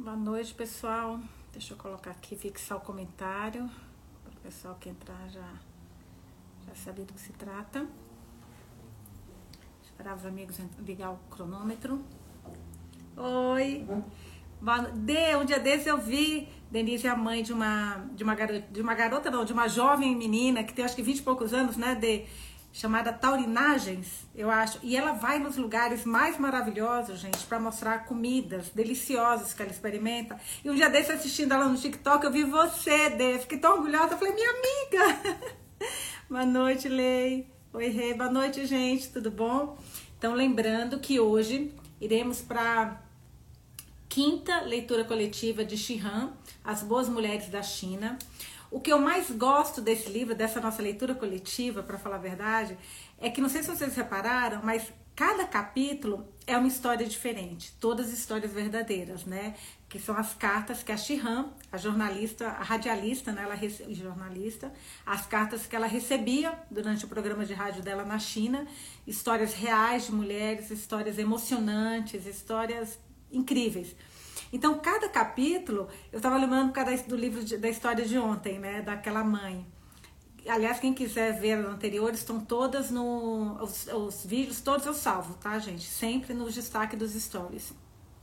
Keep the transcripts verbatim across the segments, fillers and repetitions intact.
Boa noite, pessoal. Deixa eu colocar aqui, fixar o comentário para o pessoal que entrar já, já saber do que se trata. Esperar os amigos ligar o cronômetro. Oi. De, um dia desses eu vi Denise, a mãe de uma, de uma garota, de uma garota não, de uma jovem menina que tem acho que vinte e poucos anos, né, de, chamada Taurinagens, eu acho, e ela vai nos lugares mais maravilhosos, gente, para mostrar comidas deliciosas que ela experimenta. E um dia desses, assistindo ela no TikTok, eu vi você, Dê, fiquei tão orgulhosa, eu falei, minha amiga! Boa noite, Lei. Oi, Rê, boa noite, gente, tudo bom? Então, lembrando que hoje iremos para quinta leitura coletiva de Xi Han, As Boas Mulheres da China. O que eu mais gosto desse livro, dessa nossa leitura coletiva, para falar a verdade, é que, não sei se vocês repararam, mas cada capítulo é uma história diferente. Todas histórias verdadeiras, né? Que são as cartas que a Xi Han, a jornalista, a radialista, né? Ela rece... jornalista, as cartas que ela recebia durante o programa de rádio dela na China, histórias reais de mulheres, histórias emocionantes, histórias incríveis. Então, cada capítulo, eu estava lembrando do livro de, da história de ontem, né, daquela mãe. Aliás, quem quiser ver as anteriores, estão todas no... Os, os vídeos, todos eu salvo, tá, gente? Sempre no destaque dos stories.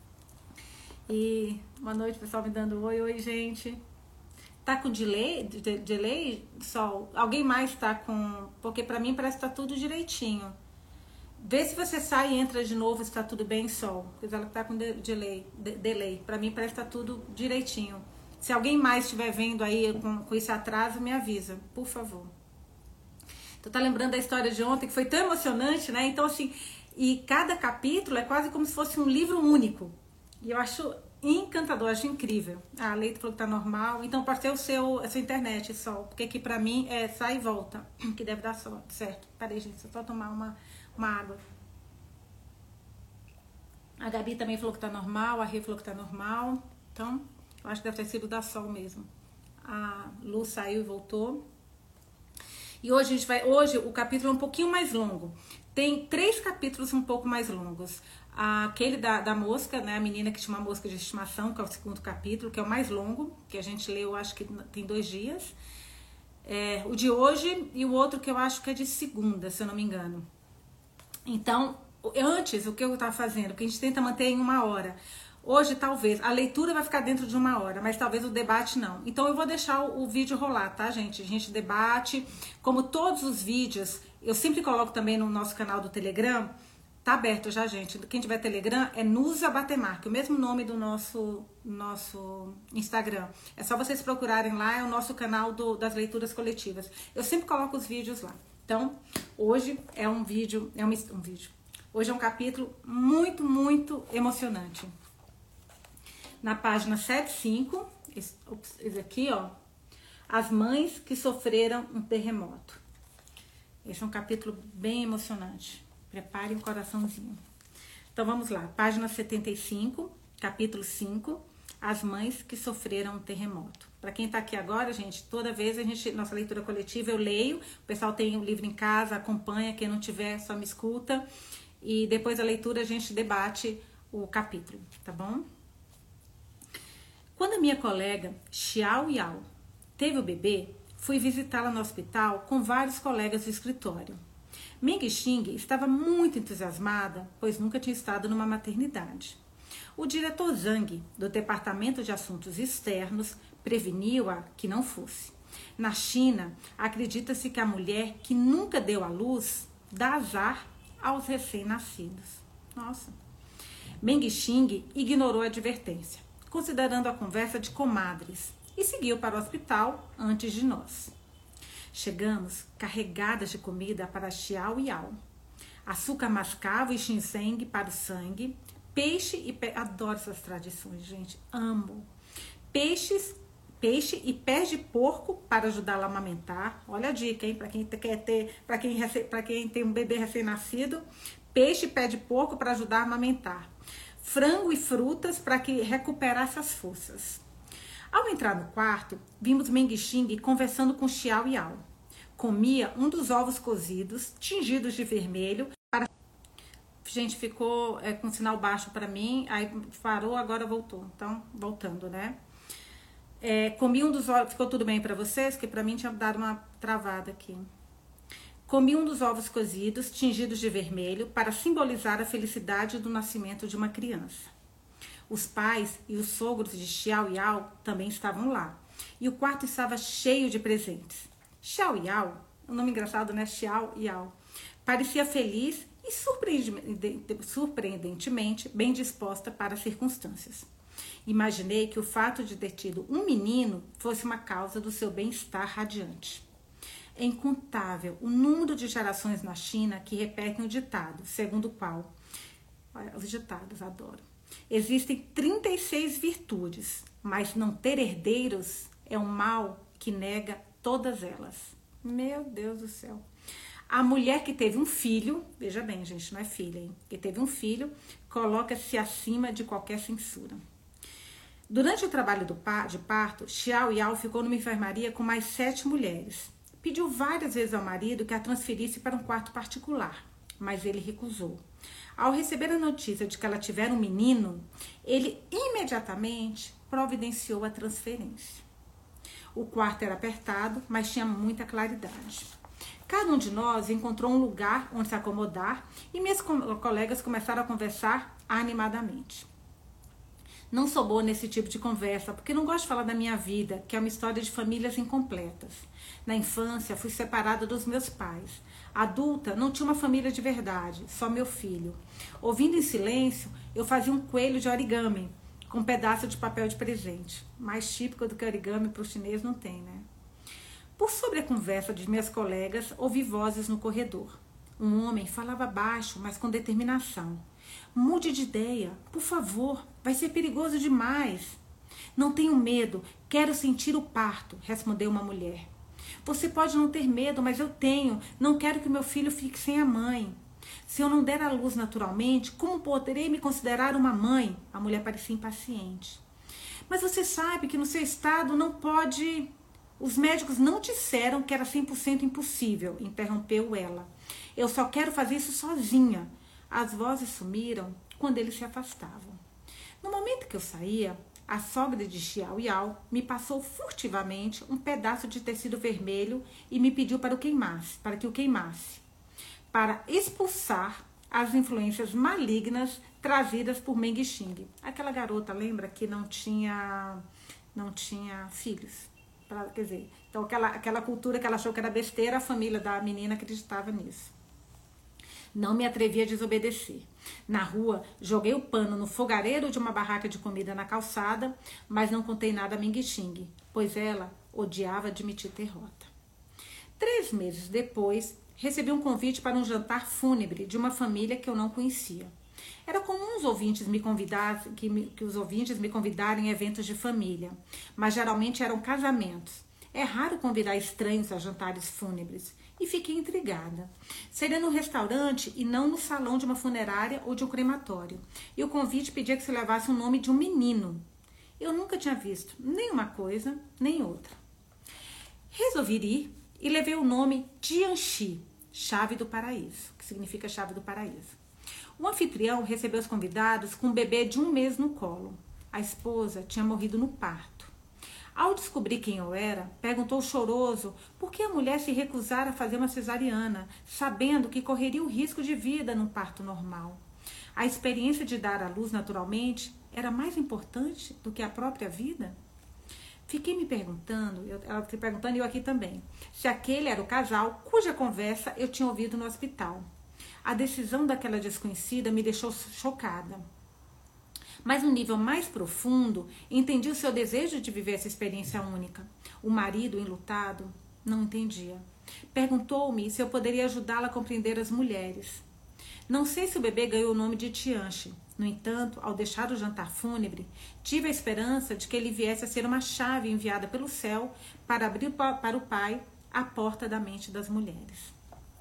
E boa noite, pessoal me dando oi, oi, gente. Tá com delay, de, delay, Sol? Alguém mais tá com... Porque pra mim parece que tá tudo direitinho. Vê se você sai e entra de novo, se tá tudo bem, Sol. Porque ela tá com delay. De, delay. Pra mim parece que tá tudo direitinho. Se alguém mais estiver vendo aí com, com esse atraso, me avisa, por favor. Então tá lembrando da história de ontem, que foi tão emocionante, né? Então, assim, e cada capítulo é quase como se fosse um livro único. E eu acho encantador, acho incrível. Ah, a Leite falou que tá normal. Então pode ser o seu, a sua internet, Sol. Porque aqui pra mim é sai e volta, que deve dar sorte, certo? Peraí, gente, só tomar uma... uma água. A Gabi também falou que tá normal, a Rê falou que tá normal. Então, eu acho que deve ter sido da Sol mesmo. A Lu saiu e voltou. E hoje a gente vai, hoje o capítulo é um pouquinho mais longo. Tem três capítulos um pouco mais longos. Aquele da, da mosca, né, a menina que tinha uma mosca de estimação, que é o segundo capítulo, que é o mais longo, que a gente leu, acho que tem dois dias. É, o de hoje e o outro que eu acho que é de segunda, se eu não me engano. Então, antes, o que eu estava fazendo, que a gente tenta manter em uma hora. Hoje, talvez, a leitura vai ficar dentro de uma hora, mas talvez o debate não. Então, eu vou deixar o, o vídeo rolar, tá, gente? A gente debate, como todos os vídeos, eu sempre coloco também no nosso canal do Telegram, tá aberto já, gente. Quem tiver Telegram é Nusa Batemarque, o mesmo nome do nosso, nosso Instagram. É só vocês procurarem lá, é o nosso canal do, das leituras coletivas. Eu sempre coloco os vídeos lá. Então, hoje é um vídeo, é um, um vídeo. Hoje é um capítulo muito, muito emocionante. Na página setenta e cinco, esse, esse aqui, ó, as mães que sofreram um terremoto. Esse é um capítulo bem emocionante. Prepare um coraçãozinho. Então, vamos lá. Página setenta e cinco, capítulo cinco, as mães que sofreram um terremoto. Para quem tá aqui agora, gente, toda vez a gente, nossa leitura coletiva, eu leio, o pessoal tem o livro em casa, acompanha, quem não tiver, só me escuta, e depois da leitura a gente debate o capítulo, tá bom? Quando a minha colega Xiao Yao teve o bebê, fui visitá-la no hospital com vários colegas do escritório. Meng Xing estava muito entusiasmada, pois nunca tinha estado numa maternidade. O diretor Zhang, do Departamento de Assuntos Externos, preveniu-a que não fosse. Na China, acredita-se que a mulher que nunca deu à luz dá azar aos recém-nascidos. Nossa. Meng Xing ignorou a advertência, considerando a conversa de comadres, e seguiu para o hospital antes de nós. Chegamos carregadas de comida para Xiao Yao. Açúcar mascavo e ginseng para o sangue, peixe e pé... Adoro essas tradições, gente. Amo. Peixes, peixe e pés de porco para ajudá-la a amamentar. Olha a dica, hein? Para quem quer ter, para quem, para quem tem um bebê recém-nascido, peixe e pé de porco para ajudar a amamentar. Frango e frutas para que recuperasse as forças. Ao entrar no quarto, vimos Meng Xing conversando com Xiao Yao. Comia um dos ovos cozidos, tingidos de vermelho, para Gente, ficou é, com sinal baixo para mim, aí parou, agora voltou. Então, voltando, né? É, comi um dos ovos, ficou tudo bem para vocês? Que para mim tinha dado uma travada aqui. Comi um dos ovos cozidos, tingidos de vermelho, para simbolizar a felicidade do nascimento de uma criança. Os pais e os sogros de Xiao Yao também estavam lá. E o quarto estava cheio de presentes. Xiao Yao, um nome engraçado, né? Xiao Yao. Parecia feliz e surpreendentemente bem disposta para as circunstâncias. Imaginei que o fato de ter tido um menino fosse uma causa do seu bem-estar radiante. É incontável o número de gerações na China que repetem o ditado, segundo o qual, olha, os ditados, adoro, existem trinta e seis virtudes, mas não ter herdeiros é um mal que nega todas elas. Meu Deus do céu. A mulher que teve um filho, veja bem, gente, não é filha, hein? Que teve um filho, coloca-se acima de qualquer censura. Durante o trabalho do par, de parto, Xiao Yao ficou numa enfermaria com mais sete mulheres. Pediu várias vezes ao marido que a transferisse para um quarto particular, mas ele recusou. Ao receber a notícia de que ela tivera um menino, ele imediatamente providenciou a transferência. O quarto era apertado, mas tinha muita claridade. Cada um de nós encontrou um lugar onde se acomodar e minhas colegas começaram a conversar animadamente. Não sou boa nesse tipo de conversa, porque não gosto de falar da minha vida, que é uma história de famílias incompletas. Na infância, fui separada dos meus pais. Adulta, não tinha uma família de verdade, só meu filho. Ouvindo em silêncio, eu fazia um coelho de origami, com um pedaço de papel de presente. Mais típico do que origami para o chinês não tem, né? Por sobre a conversa de minhas colegas, ouvi vozes no corredor. Um homem falava baixo, mas com determinação. Mude de ideia, por favor, vai ser perigoso demais. Não tenho medo, quero sentir o parto, respondeu uma mulher. Você pode não ter medo, mas eu tenho, não quero que meu filho fique sem a mãe. Se eu não der à luz naturalmente, como poderei me considerar uma mãe? A mulher parecia impaciente. Mas você sabe que no seu estado não pode... Os médicos não disseram que era cem por cento impossível, interrompeu ela. Eu só quero fazer isso sozinha. As vozes sumiram quando eles se afastavam. No momento que eu saía, a sogra de Xiao Yao me passou furtivamente um pedaço de tecido vermelho e me pediu para o queimasse, para que o queimasse, para expulsar as influências malignas trazidas por Meng Xing. Aquela garota, lembra, que não tinha, não tinha filhos. Pra, quer dizer, então aquela, aquela cultura que ela achou que era besteira, a família da menina acreditava nisso. Não me atrevi a desobedecer. Na rua, joguei o pano no fogareiro de uma barraca de comida na calçada, mas não contei nada a Meng Xing, pois ela odiava admitir derrota. Três meses depois, recebi um convite para um jantar fúnebre de uma família que eu não conhecia. Era comum os ouvintes me convidarem, que, me, que os ouvintes me convidarem em eventos de família, mas geralmente eram casamentos. É raro convidar estranhos a jantares fúnebres. E fiquei intrigada. Seria no restaurante e não no salão de uma funerária ou de um crematório. E o convite pedia que se levasse o nome de um menino. Eu nunca tinha visto nem uma coisa, nem outra. Resolvi ir e levei o nome Jianxi, chave do paraíso, que significa chave do paraíso. O anfitrião recebeu os convidados com um bebê de um mês no colo. A esposa tinha morrido no parto. Ao descobrir quem eu era, perguntou choroso por que a mulher se recusara a fazer uma cesariana, sabendo que correria o risco de vida num parto normal. A experiência de dar à luz naturalmente era mais importante do que a própria vida? Fiquei me perguntando, eu, ela fiquei perguntando e eu aqui também, se aquele era o casal cuja conversa eu tinha ouvido no hospital. A decisão daquela desconhecida me deixou chocada. Mas no nível mais profundo, entendi o seu desejo de viver essa experiência única. O marido enlutado não entendia. Perguntou-me se eu poderia ajudá-la a compreender as mulheres. Não sei se o bebê ganhou o nome de Tianchi. No entanto, ao deixar o jantar fúnebre, tive a esperança de que ele viesse a ser uma chave enviada pelo céu para abrir para o pai a porta da mente das mulheres.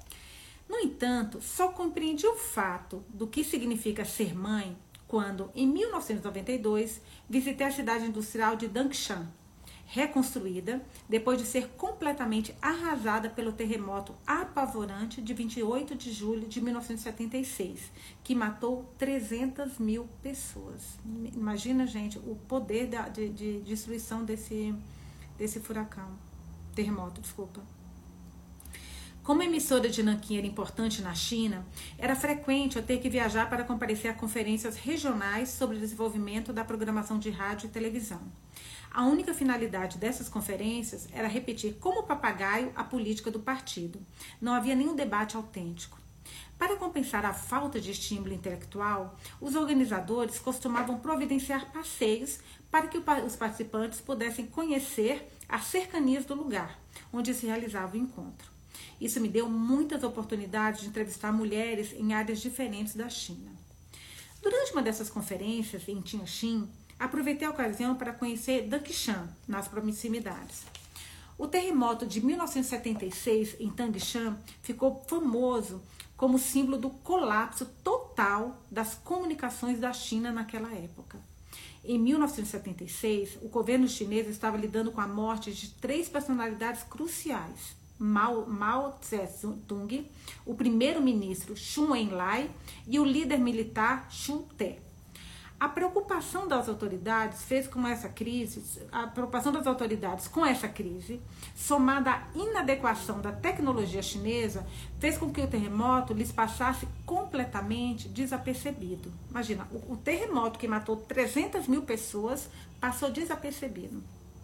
No entanto, só compreendi o fato do que significa ser mãe quando, em mil novecentos e noventa e dois, visitei a cidade industrial de Dangshan. reconstruída depois de ser completamente arrasada pelo terremoto apavorante de vinte e oito de julho de mil novecentos e setenta e seis, que matou trezentas mil pessoas. Imagina, gente, o poder da, de, de destruição desse, desse furacão, terremoto, desculpa. Como a emissora de Nanquim era importante na China, era frequente eu ter que viajar para comparecer a conferências regionais sobre o desenvolvimento da programação de rádio e televisão. A única finalidade dessas conferências era repetir como papagaio a política do partido. Não havia nenhum debate autêntico. Para compensar a falta de estímulo intelectual, os organizadores costumavam providenciar passeios para que os participantes pudessem conhecer as cercanias do lugar onde se realizava o encontro. Isso me deu muitas oportunidades de entrevistar mulheres em áreas diferentes da China. Durante uma dessas conferências em Tianjin, aproveitei a ocasião para conhecer Tangshan, nas proximidades. O terremoto de mil novecentos e setenta e seis em Tangshan ficou famoso como símbolo do colapso total das comunicações da China naquela época. Em mil novecentos e setenta e seis, o governo chinês estava lidando com a morte de três personalidades cruciais: Mao, Mao Tse-tung, o primeiro-ministro Chun En-lai e o líder militar Chu Te. A preocupação das autoridades fez com essa crise, a preocupação das autoridades com essa crise, somada à inadequação da tecnologia chinesa, fez com que o terremoto lhes passasse completamente desapercebido. Imagina, o, o terremoto que matou trezentas mil pessoas passou desapercebido.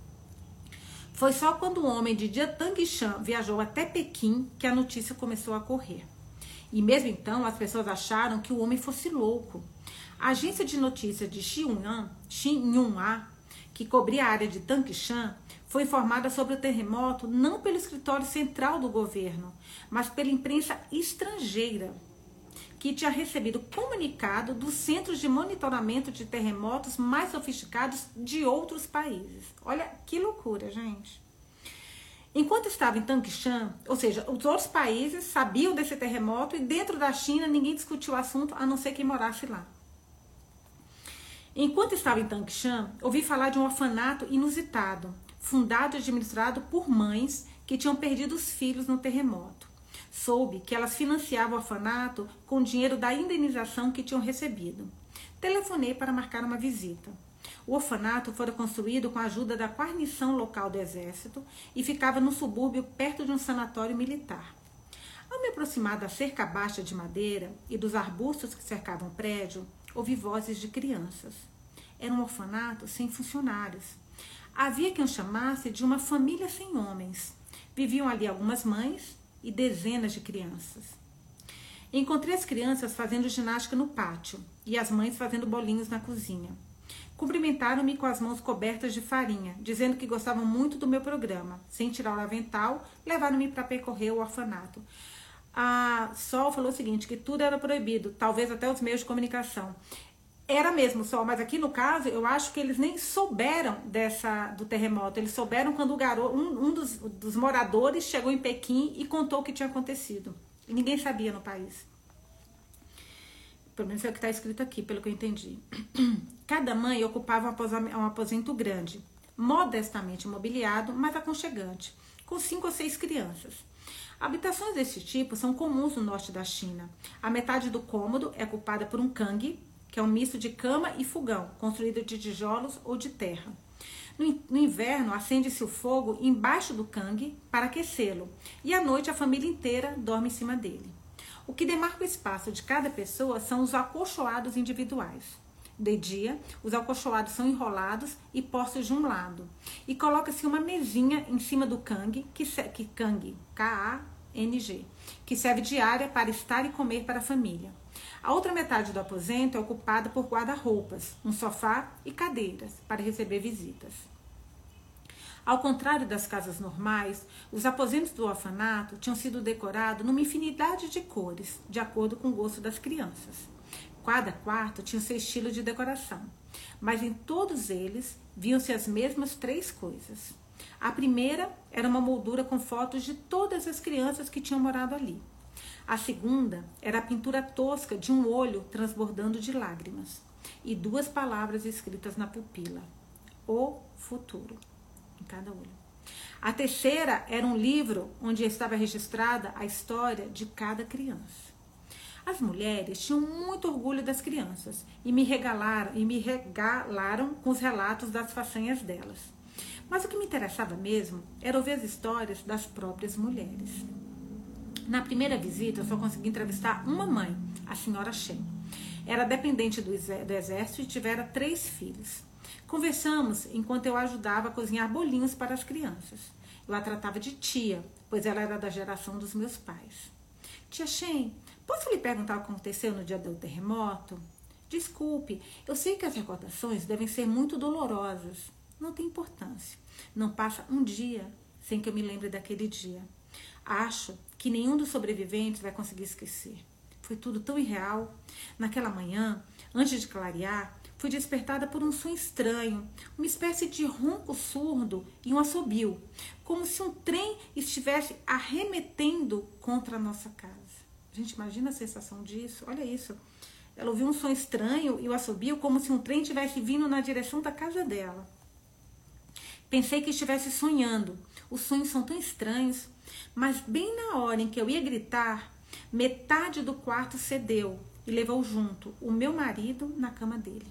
Foi só quando o homem de Tangshan viajou até Pequim que a notícia começou a correr. E mesmo então as pessoas acharam que o homem fosse louco. A agência de notícias de Xinhua, que cobria a área de Tangshan, foi informada sobre o terremoto não pelo escritório central do governo, mas pela imprensa estrangeira, que tinha recebido comunicado dos centros de monitoramento de terremotos mais sofisticados de outros países. Olha que loucura, gente. Enquanto estava em Tangshan, ou seja, os outros países sabiam desse terremoto e dentro da China ninguém discutiu o assunto, a não ser quem morasse lá. Enquanto estava em Tangshan, ouvi falar de um orfanato inusitado, fundado e administrado por mães que tinham perdido os filhos no terremoto. Soube que elas financiavam o orfanato com o dinheiro da indenização que tinham recebido. Telefonei para marcar uma visita. O orfanato fora construído com a ajuda da guarnição local do exército e ficava no subúrbio perto de um sanatório militar. Ao me aproximar da cerca baixa de madeira e dos arbustos que cercavam o prédio, ouvi vozes de crianças. Era um orfanato sem funcionários. Havia quem o chamasse de uma família sem homens. Viviam ali algumas mães e dezenas de crianças. Encontrei as crianças fazendo ginástica no pátio e as mães fazendo bolinhos na cozinha. Cumprimentaram-me com as mãos cobertas de farinha, dizendo que gostavam muito do meu programa. Sem tirar o avental, levaram-me para percorrer o orfanato. A Sol falou o seguinte, que tudo era proibido, talvez até os meios de comunicação. Era mesmo, Sol, mas aqui no caso, eu acho que eles nem souberam dessa, do terremoto. Eles souberam quando o garoto, um, um dos, dos moradores chegou em Pequim e contou o que tinha acontecido. E ninguém sabia no país. Pelo menos é o que está escrito aqui, pelo que eu entendi. Cada mãe ocupava um aposento grande, modestamente mobiliado, mas aconchegante, com cinco ou seis crianças. Habitações desse tipo são comuns no norte da China. A metade do cômodo é ocupada por um cangue, que é um misto de cama e fogão, construído de tijolos ou de terra. No, no inverno, acende-se o fogo embaixo do cangue para aquecê-lo, e à noite a família inteira dorme em cima dele. O que demarca o espaço de cada pessoa são os acolchoados individuais. De dia, os acolchoados são enrolados e postos de um lado, e coloca-se uma mesinha em cima do cangue, que, que cangue, K A N G, que serve de área para estar e comer para a família. A outra metade do aposento é ocupada por guarda-roupas, um sofá e cadeiras para receber visitas. Ao contrário das casas normais, os aposentos do orfanato tinham sido decorados numa infinidade de cores, de acordo com o gosto das crianças. Cada quarto tinha seu estilo de decoração, mas em todos eles viam-se as mesmas três coisas. A primeira era uma moldura com fotos de todas as crianças que tinham morado ali. A segunda era a pintura tosca de um olho transbordando de lágrimas e duas palavras escritas na pupila: o futuro. em cada olho. A terceira era um livro onde estava registrada a história de cada criança. As mulheres tinham muito orgulho das crianças e me regalaram, e me regalaram com os relatos das façanhas delas. Mas o que me interessava mesmo era ouvir as histórias das próprias mulheres. Na primeira visita, eu só consegui entrevistar uma mãe, a senhora Shen. Era dependente do exército e tivera três filhos. Conversamos enquanto eu ajudava a cozinhar bolinhos para as crianças. Eu a tratava de tia, pois ela era da geração dos meus pais. Tia Shen, posso lhe perguntar o que aconteceu no dia do terremoto? Desculpe, eu sei que as recordações devem ser muito dolorosas. Não tem importância. Não passa um dia sem que eu me lembre daquele dia. Acho que nenhum dos sobreviventes vai conseguir esquecer. Foi tudo tão irreal. Naquela manhã, antes de clarear, fui despertada por um som estranho, uma espécie de ronco surdo e um assobio, como se um trem estivesse arremetendo contra a nossa casa. Gente, imagina a sensação disso. Olha isso. Ela ouviu um som estranho e o assobio como se um trem estivesse vindo na direção da casa dela. Pensei que estivesse sonhando. Os sonhos são tão estranhos. Mas bem na hora em que eu ia gritar, metade do quarto cedeu e levou junto o meu marido na cama dele.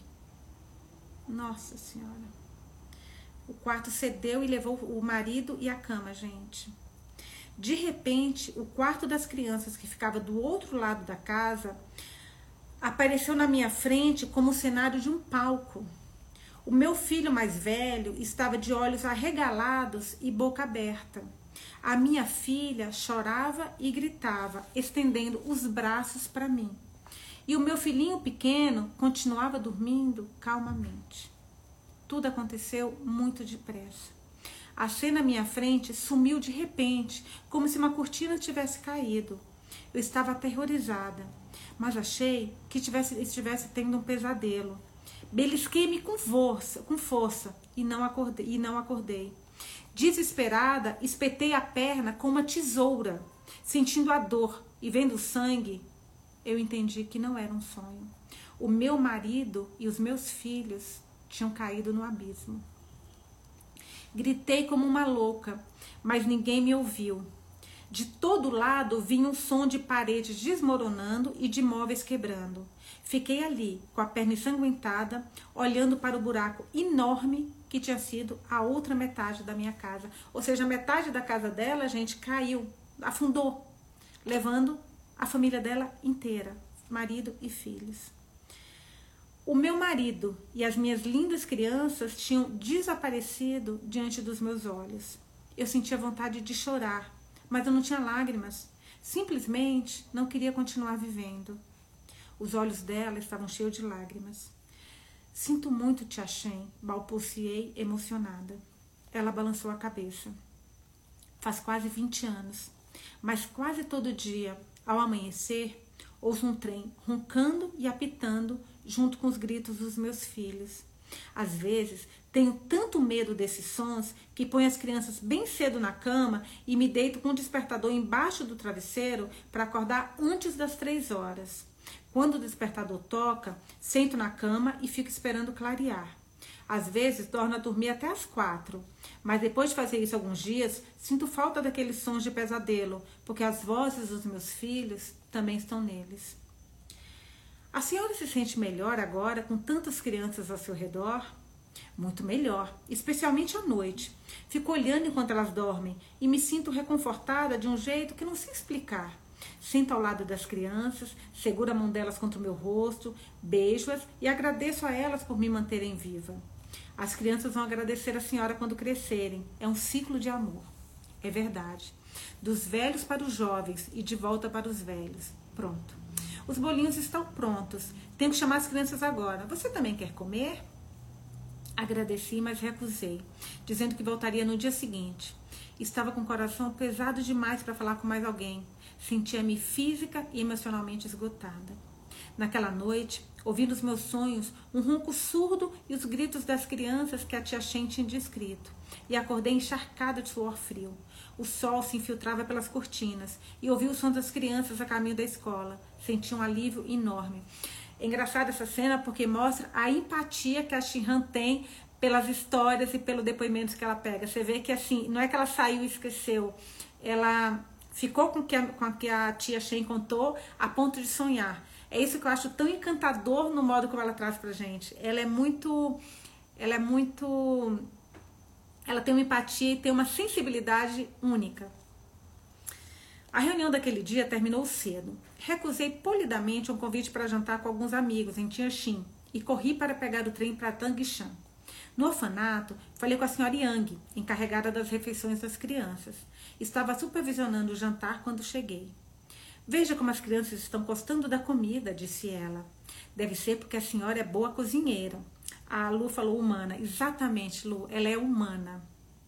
Nossa Senhora. O quarto cedeu e levou o marido e a cama, gente. De repente, o quarto das crianças que ficava do outro lado da casa apareceu na minha frente como o cenário de um palco. O meu filho mais velho estava de olhos arregalados e boca aberta. A minha filha chorava e gritava, estendendo os braços para mim. E o meu filhinho pequeno continuava dormindo calmamente. Tudo aconteceu muito depressa. A cena à minha frente sumiu de repente, como se uma cortina tivesse caído. Eu estava aterrorizada, mas achei que tivesse, estivesse tendo um pesadelo. Belisquei-me com força, com força e não acordei, e não acordei. Desesperada, espetei a perna com uma tesoura. Sentindo a dor e vendo sangue, eu entendi que não era um sonho. O meu marido e os meus filhos tinham caído no abismo. Gritei como uma louca, mas ninguém me ouviu. De todo lado vinha um som de paredes desmoronando e de móveis quebrando. Fiquei ali, com a perna ensanguentada, olhando para o buraco enorme que tinha sido a outra metade da minha casa. Ou seja, a metade da casa dela, gente, caiu, afundou, levando a família dela inteira, marido e filhos. O meu marido e as minhas lindas crianças tinham desaparecido diante dos meus olhos. Eu sentia vontade de chorar, mas eu não tinha lágrimas. Simplesmente não queria continuar vivendo. Os olhos dela estavam cheios de lágrimas. Sinto muito, tia Shen, balbuciei emocionada. Ela balançou a cabeça. Faz quase vinte anos, mas quase todo dia, ao amanhecer, ouço um trem roncando e apitando junto com os gritos dos meus filhos. Às vezes, tenho tanto medo desses sons que ponho as crianças bem cedo na cama e me deito com o despertador embaixo do travesseiro para acordar antes das três horas. Quando o despertador toca, sento na cama e fico esperando clarear. Às vezes, torno a dormir até as quatro, mas depois de fazer isso alguns dias, sinto falta daqueles sons de pesadelo, porque as vozes dos meus filhos também estão neles. A senhora se sente melhor agora com tantas crianças ao seu redor? Muito melhor, especialmente à noite. Fico olhando enquanto elas dormem e me sinto reconfortada de um jeito que não sei explicar. Sento ao lado das crianças, seguro a mão delas contra o meu rosto, beijo-as e agradeço a elas por me manterem viva. As crianças vão agradecer a senhora quando crescerem. É um ciclo de amor. É verdade. Dos velhos para os jovens e de volta para os velhos. Pronto. Os bolinhos estão prontos. Tenho que chamar as crianças agora. Você também quer comer? Agradeci, mas recusei, dizendo que voltaria no dia seguinte. Estava com o coração pesado demais para falar com mais alguém. Sentia-me física e emocionalmente esgotada. Naquela noite, ouvi nos meus sonhos um ronco surdo e os gritos das crianças que a tia Shen tinha descrito. E acordei encharcada de suor frio. O sol se infiltrava pelas cortinas e ouvi o som das crianças a caminho da escola. Senti um alívio enorme. É engraçada essa cena porque mostra a empatia que a Shin-Han tem pelas histórias e pelos depoimentos que ela pega. Você vê que assim, não é que ela saiu e esqueceu, ela ficou com o que a, com a, que a tia Shen contou a ponto de sonhar. É isso que eu acho tão encantador no modo como ela traz pra gente. Ela é muito... Ela é muito... Ela tem uma empatia e tem uma sensibilidade única. A reunião daquele dia terminou cedo. Recusei polidamente um convite para jantar com alguns amigos em Tianjin e corri para pegar o trem para Tangshan. No orfanato, falei com a senhora Yang, encarregada das refeições das crianças. Estava supervisionando o jantar quando cheguei. Veja como as crianças estão gostando da comida, disse ela. Deve ser porque a senhora é boa cozinheira. A Lu falou humana. Exatamente, Lu, ela é humana.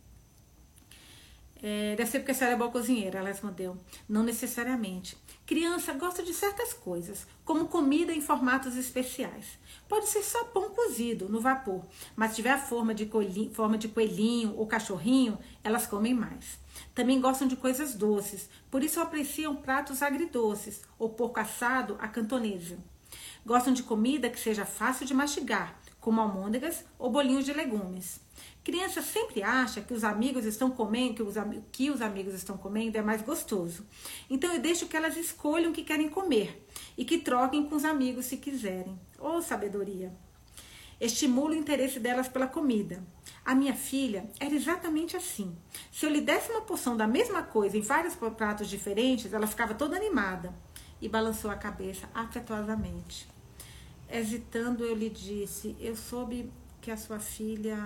É, deve ser porque a senhora é boa cozinheira, ela respondeu. Não necessariamente. Criança gosta de certas coisas, como comida em formatos especiais. Pode ser só pão cozido no vapor, mas se tiver a forma de, coelhinho, forma de coelhinho ou cachorrinho, elas comem mais. Também gostam de coisas doces, por isso apreciam pratos agridoces ou porco assado à cantonesa. Gostam de comida que seja fácil de mastigar, como almôndegas ou bolinhos de legumes. Criança sempre acha que os amigos estão comendo, que os, que os amigos estão comendo é mais gostoso. Então eu deixo que elas escolham o que querem comer e que troquem com os amigos se quiserem. Ô, sabedoria! Estimulo o interesse delas pela comida. A minha filha era exatamente assim. Se eu lhe desse uma porção da mesma coisa em vários pratos diferentes, ela ficava toda animada e balançou a cabeça afetuosamente. Hesitando, eu lhe disse, eu soube que a sua filha...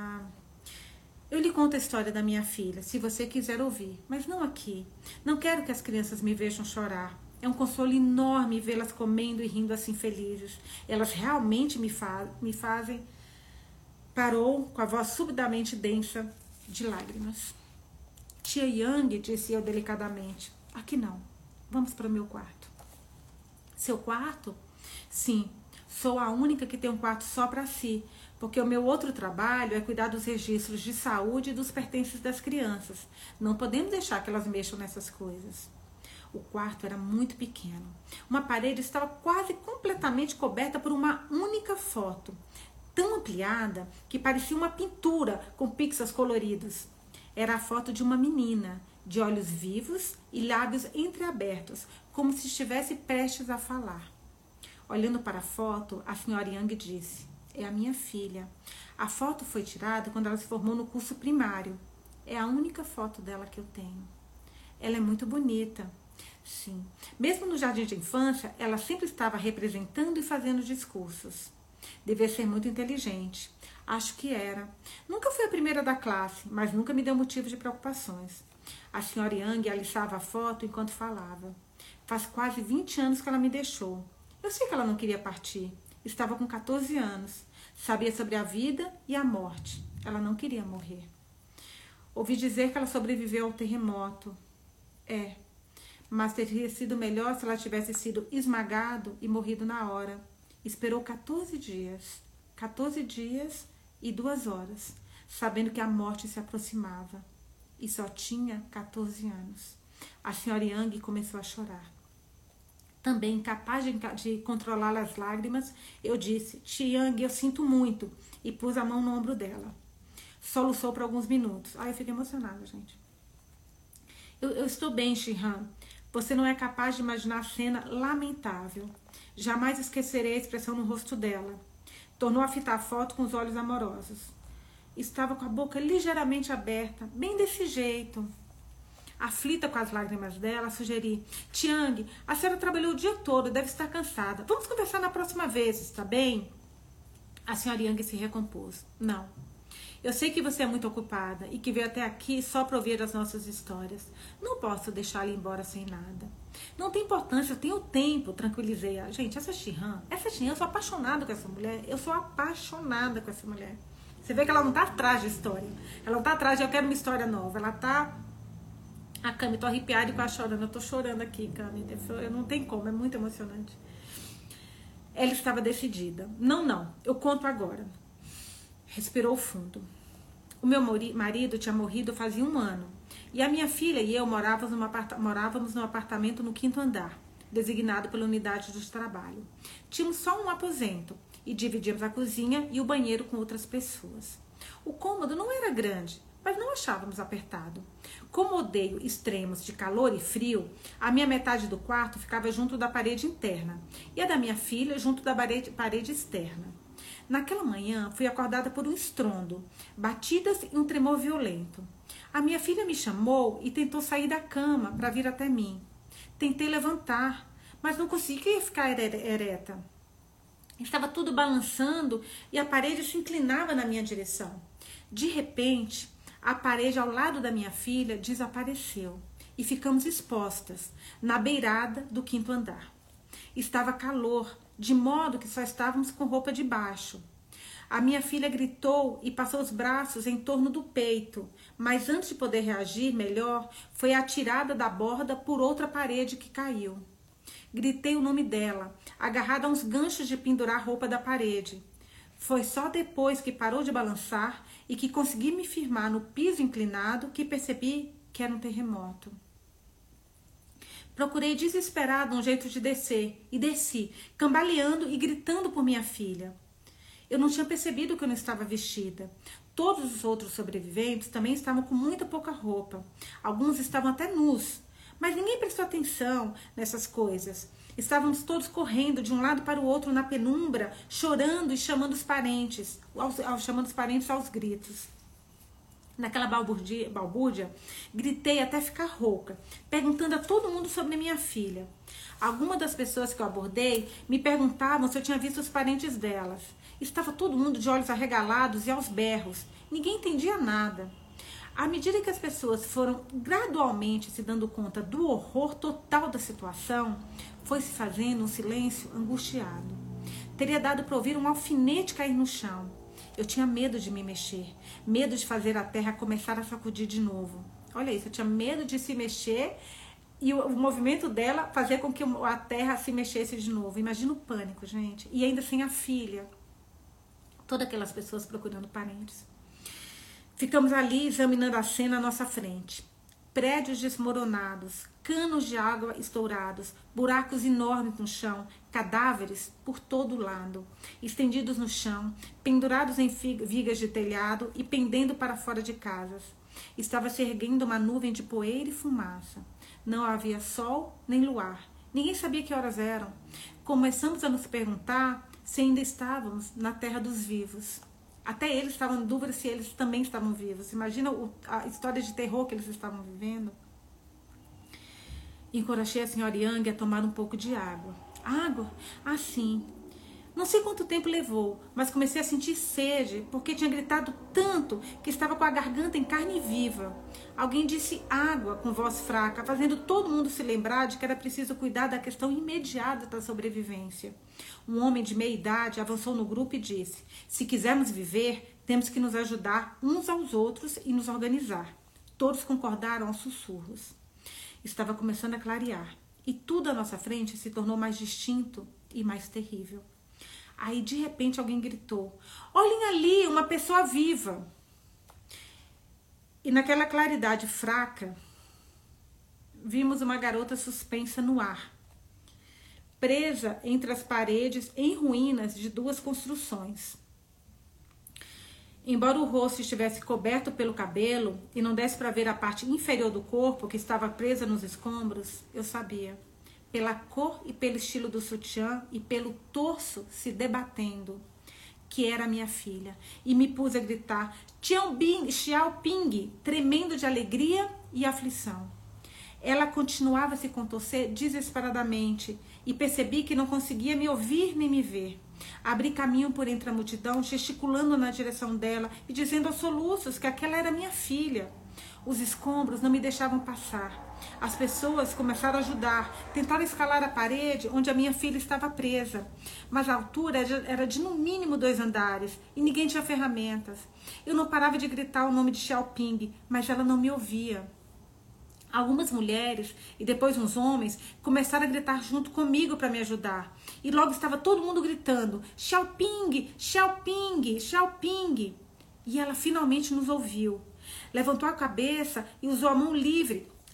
Eu lhe conto a história da minha filha, se você quiser ouvir, mas não aqui. Não quero que as crianças me vejam chorar. É um consolo enorme vê-las comendo e rindo assim felizes. Elas realmente me, fa me fazem... Parou com a voz subitamente densa de lágrimas. Tia Yang, disse eu delicadamente. Aqui não. Vamos para o meu quarto. Seu quarto? Sim. Sou a única que tem um quarto só para si, porque o meu outro trabalho é cuidar dos registros de saúde e dos pertences das crianças. Não podemos deixar que elas mexam nessas coisas. O quarto era muito pequeno. Uma parede estava quase completamente coberta por uma única foto, tão ampliada que parecia uma pintura com pixels coloridos. Era a foto de uma menina, de olhos vivos e lábios entreabertos, como se estivesse prestes a falar. Olhando para a foto, a senhora Yang disse, é a minha filha. A foto foi tirada quando ela se formou no curso primário. É a única foto dela que eu tenho. Ela é muito bonita. Sim. Mesmo no jardim de infância, ela sempre estava representando e fazendo discursos. Devia ser muito inteligente. Acho que era. Nunca fui a primeira da classe, mas nunca me deu motivo de preocupações. A senhora Yang alistava a foto enquanto falava. Faz quase vinte anos que ela me deixou. Eu sei que ela não queria partir. Estava com quatorze anos. Sabia sobre a vida e a morte. Ela não queria morrer. Ouvi dizer que ela sobreviveu ao terremoto. É, mas teria sido melhor se ela tivesse sido esmagado e morrido na hora. Esperou quatorze dias. quatorze dias e duas horas, sabendo que a morte se aproximava. E só tinha quatorze anos. A senhora Yang começou a chorar. Também incapaz de, de controlar as lágrimas, eu disse, tia Yang, eu sinto muito, e pus a mão no ombro dela. Soluçou por alguns minutos. Ai, eu fiquei emocionada, gente. Eu, eu estou bem, Shin-Han. Você não é capaz de imaginar a cena lamentável. Jamais esquecerei a expressão no rosto dela. Tornou a fitar a foto com os olhos amorosos. Estava com a boca ligeiramente aberta, bem desse jeito. Aflita com as lágrimas dela, sugeri, Tiang, a senhora trabalhou o dia todo, deve estar cansada. Vamos conversar na próxima vez, está bem? A senhora Yang se recompôs. Não. Eu sei que você é muito ocupada e que veio até aqui só para ouvir as nossas histórias. Não posso deixá-la embora sem nada. Não tem importância, eu tenho tempo, tranquilizei a gente. Essa Shin-Han, essa Shin-Han, eu sou apaixonada com essa mulher. Eu sou apaixonada com essa mulher. Você vê que ela não tá atrás de história. Ela não tá atrás de eu quero uma história nova. Ela tá... A Cami, tô arrepiada e quase chorando. Eu tô chorando aqui, Cami. Eu não tem como, é muito emocionante. Ela estava decidida. Não, não, eu conto agora. Respirou fundo. O meu marido tinha morrido fazia um ano. E a minha filha e eu morávamos num, apart... morávamos num apartamento no quinto andar. designado pela unidade de trabalho. Tínhamos só um aposento e dividíamos a cozinha e o banheiro com outras pessoas. O cômodo não era grande, mas não achávamos apertado. Como odeio extremos de calor e frio, a minha metade do quarto ficava junto da parede interna e a da minha filha junto da parede, parede externa. Naquela manhã, fui acordada por um estrondo, batidas e um tremor violento. A minha filha me chamou e tentou sair da cama para vir até mim. Tentei levantar, mas não conseguia ficar ereta. Estava tudo balançando e a parede se inclinava na minha direção. De repente, a parede ao lado da minha filha desapareceu e ficamos expostas na beirada do quinto andar. Estava calor, de modo que só estávamos com roupa de baixo. A minha filha gritou e passou os braços em torno do peito, mas antes de poder reagir melhor, foi atirada da borda por outra parede que caiu. Gritei o nome dela, agarrada a uns ganchos de pendurar a roupa da parede. Foi só depois que parou de balançar e que consegui me firmar no piso inclinado que percebi que era um terremoto. Procurei desesperado um jeito de descer e desci, cambaleando e gritando por minha filha. Eu não tinha percebido que eu não estava vestida. Todos os outros sobreviventes também estavam com muita pouca roupa. Alguns estavam até nus, mas ninguém prestou atenção nessas coisas. Estávamos todos correndo de um lado para o outro na penumbra, chorando e chamando os parentes, aos, aos, chamando os parentes aos gritos. Naquela balbúrdia, balbúrdia, gritei até ficar rouca, perguntando a todo mundo sobre minha filha. Algumas das pessoas que eu abordei me perguntavam se eu tinha visto os parentes delas. Estava todo mundo de olhos arregalados e aos berros. Ninguém entendia nada. À medida que as pessoas foram gradualmente se dando conta do horror total da situação, foi se fazendo um silêncio angustiado. Teria dado para ouvir um alfinete cair no chão. Eu tinha medo de me mexer, medo de fazer a terra começar a sacudir de novo. Olha isso, eu tinha medo de se mexer e o, o movimento dela fazer com que a terra se mexesse de novo. Imagina o pânico, gente. E ainda sem a filha. Todas aquelas pessoas procurando parentes. Ficamos ali examinando a cena à nossa frente. Prédios desmoronados, canos de água estourados, buracos enormes no chão, cadáveres por todo lado, estendidos no chão, pendurados em vigas de telhado e pendendo para fora de casas. Estava se erguendo uma nuvem de poeira e fumaça. Não havia sol nem luar. Ninguém sabia que horas eram. Começamos a nos perguntar se ainda estávamos na terra dos vivos. Até eles estavam em dúvida se eles também estavam vivos. Imagina o, a história de terror que eles estavam vivendo. Encorajei a senhora Yang a tomar um pouco de água. Água? Ah, sim. Não sei quanto tempo levou, mas comecei a sentir sede, porque tinha gritado tanto que estava com a garganta em carne viva. Alguém disse água com voz fraca, fazendo todo mundo se lembrar de que era preciso cuidar da questão imediata da sobrevivência. Um homem de meia idade avançou no grupo e disse: se quisermos viver, temos que nos ajudar uns aos outros e nos organizar. Todos concordaram aos sussurros. Estava começando a clarear, e tudo à nossa frente se tornou mais distinto e mais terrível. Aí, de repente, alguém gritou: olhem ali, uma pessoa viva! E naquela claridade fraca, vimos uma garota suspensa no ar, presa entre as paredes em ruínas de duas construções. Embora o rosto estivesse coberto pelo cabelo e não desse para ver a parte inferior do corpo que estava presa nos escombros, eu sabia, pela cor e pelo estilo do sutiã e pelo torso se debatendo, que era minha filha, e me pus a gritar Xiaoping, Xiaoping, tremendo de alegria e aflição. Ela continuava a se contorcer desesperadamente e percebi que não conseguia me ouvir nem me ver. Abri caminho por entre a multidão, gesticulando na direção dela e dizendo aos soluços que aquela era minha filha. Os escombros não me deixavam passar. As pessoas começaram a ajudar, tentaram escalar a parede onde a minha filha estava presa. Mas a altura era de no mínimo dois andares e ninguém tinha ferramentas. Eu não parava de gritar o nome de Xiaoping, mas ela não me ouvia. Algumas mulheres e depois uns homens começaram a gritar junto comigo para me ajudar. E logo estava todo mundo gritando Xiaoping, Xiaoping, Xiaoping. E ela finalmente nos ouviu. Levantou a cabeça e usou a mão livre,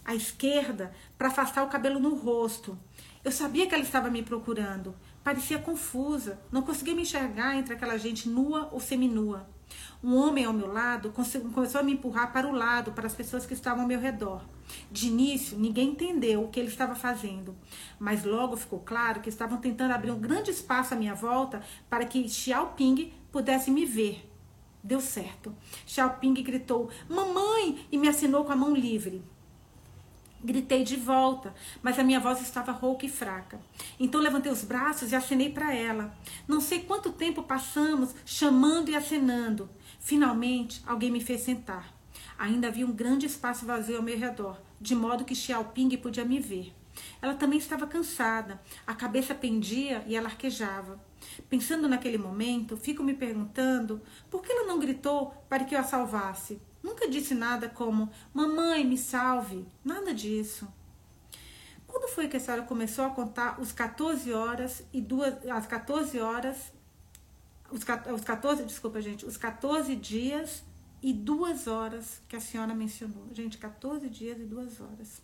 à esquerda para afastar o cabelo no rosto. Eu sabia que ela estava me procurando. Parecia confusa, não conseguia me enxergar entre aquela gente nua ou seminua. Um homem ao meu lado começou a me empurrar para o lado, para as pessoas que estavam ao meu redor. De início, ninguém entendeu o que ele estava fazendo, mas logo ficou claro que estavam tentando abrir um grande espaço à minha volta para que Xiaoping pudesse me ver. Deu certo. Xiaoping gritou, mamãe, e me assinou com a mão livre. Gritei de volta, mas a minha voz estava rouca e fraca. Então levantei os braços e acenei para ela. Não sei quanto tempo passamos chamando e acenando. Finalmente, alguém me fez sentar. Ainda havia um grande espaço vazio ao meu redor, de modo que Xiaoping podia me ver. Ela também estava cansada, a cabeça pendia e ela arquejava. Pensando naquele momento, fico me perguntando por que ela não gritou para que eu a salvasse. Nunca disse nada como, mamãe, me salve. Nada disso. Quando foi que a senhora começou a contar os quatorze horas e duas, as quatorze horas, os, os quatorze, desculpa gente, os quatorze dias e duas horas que a senhora mencionou? Gente, quatorze dias e duas horas.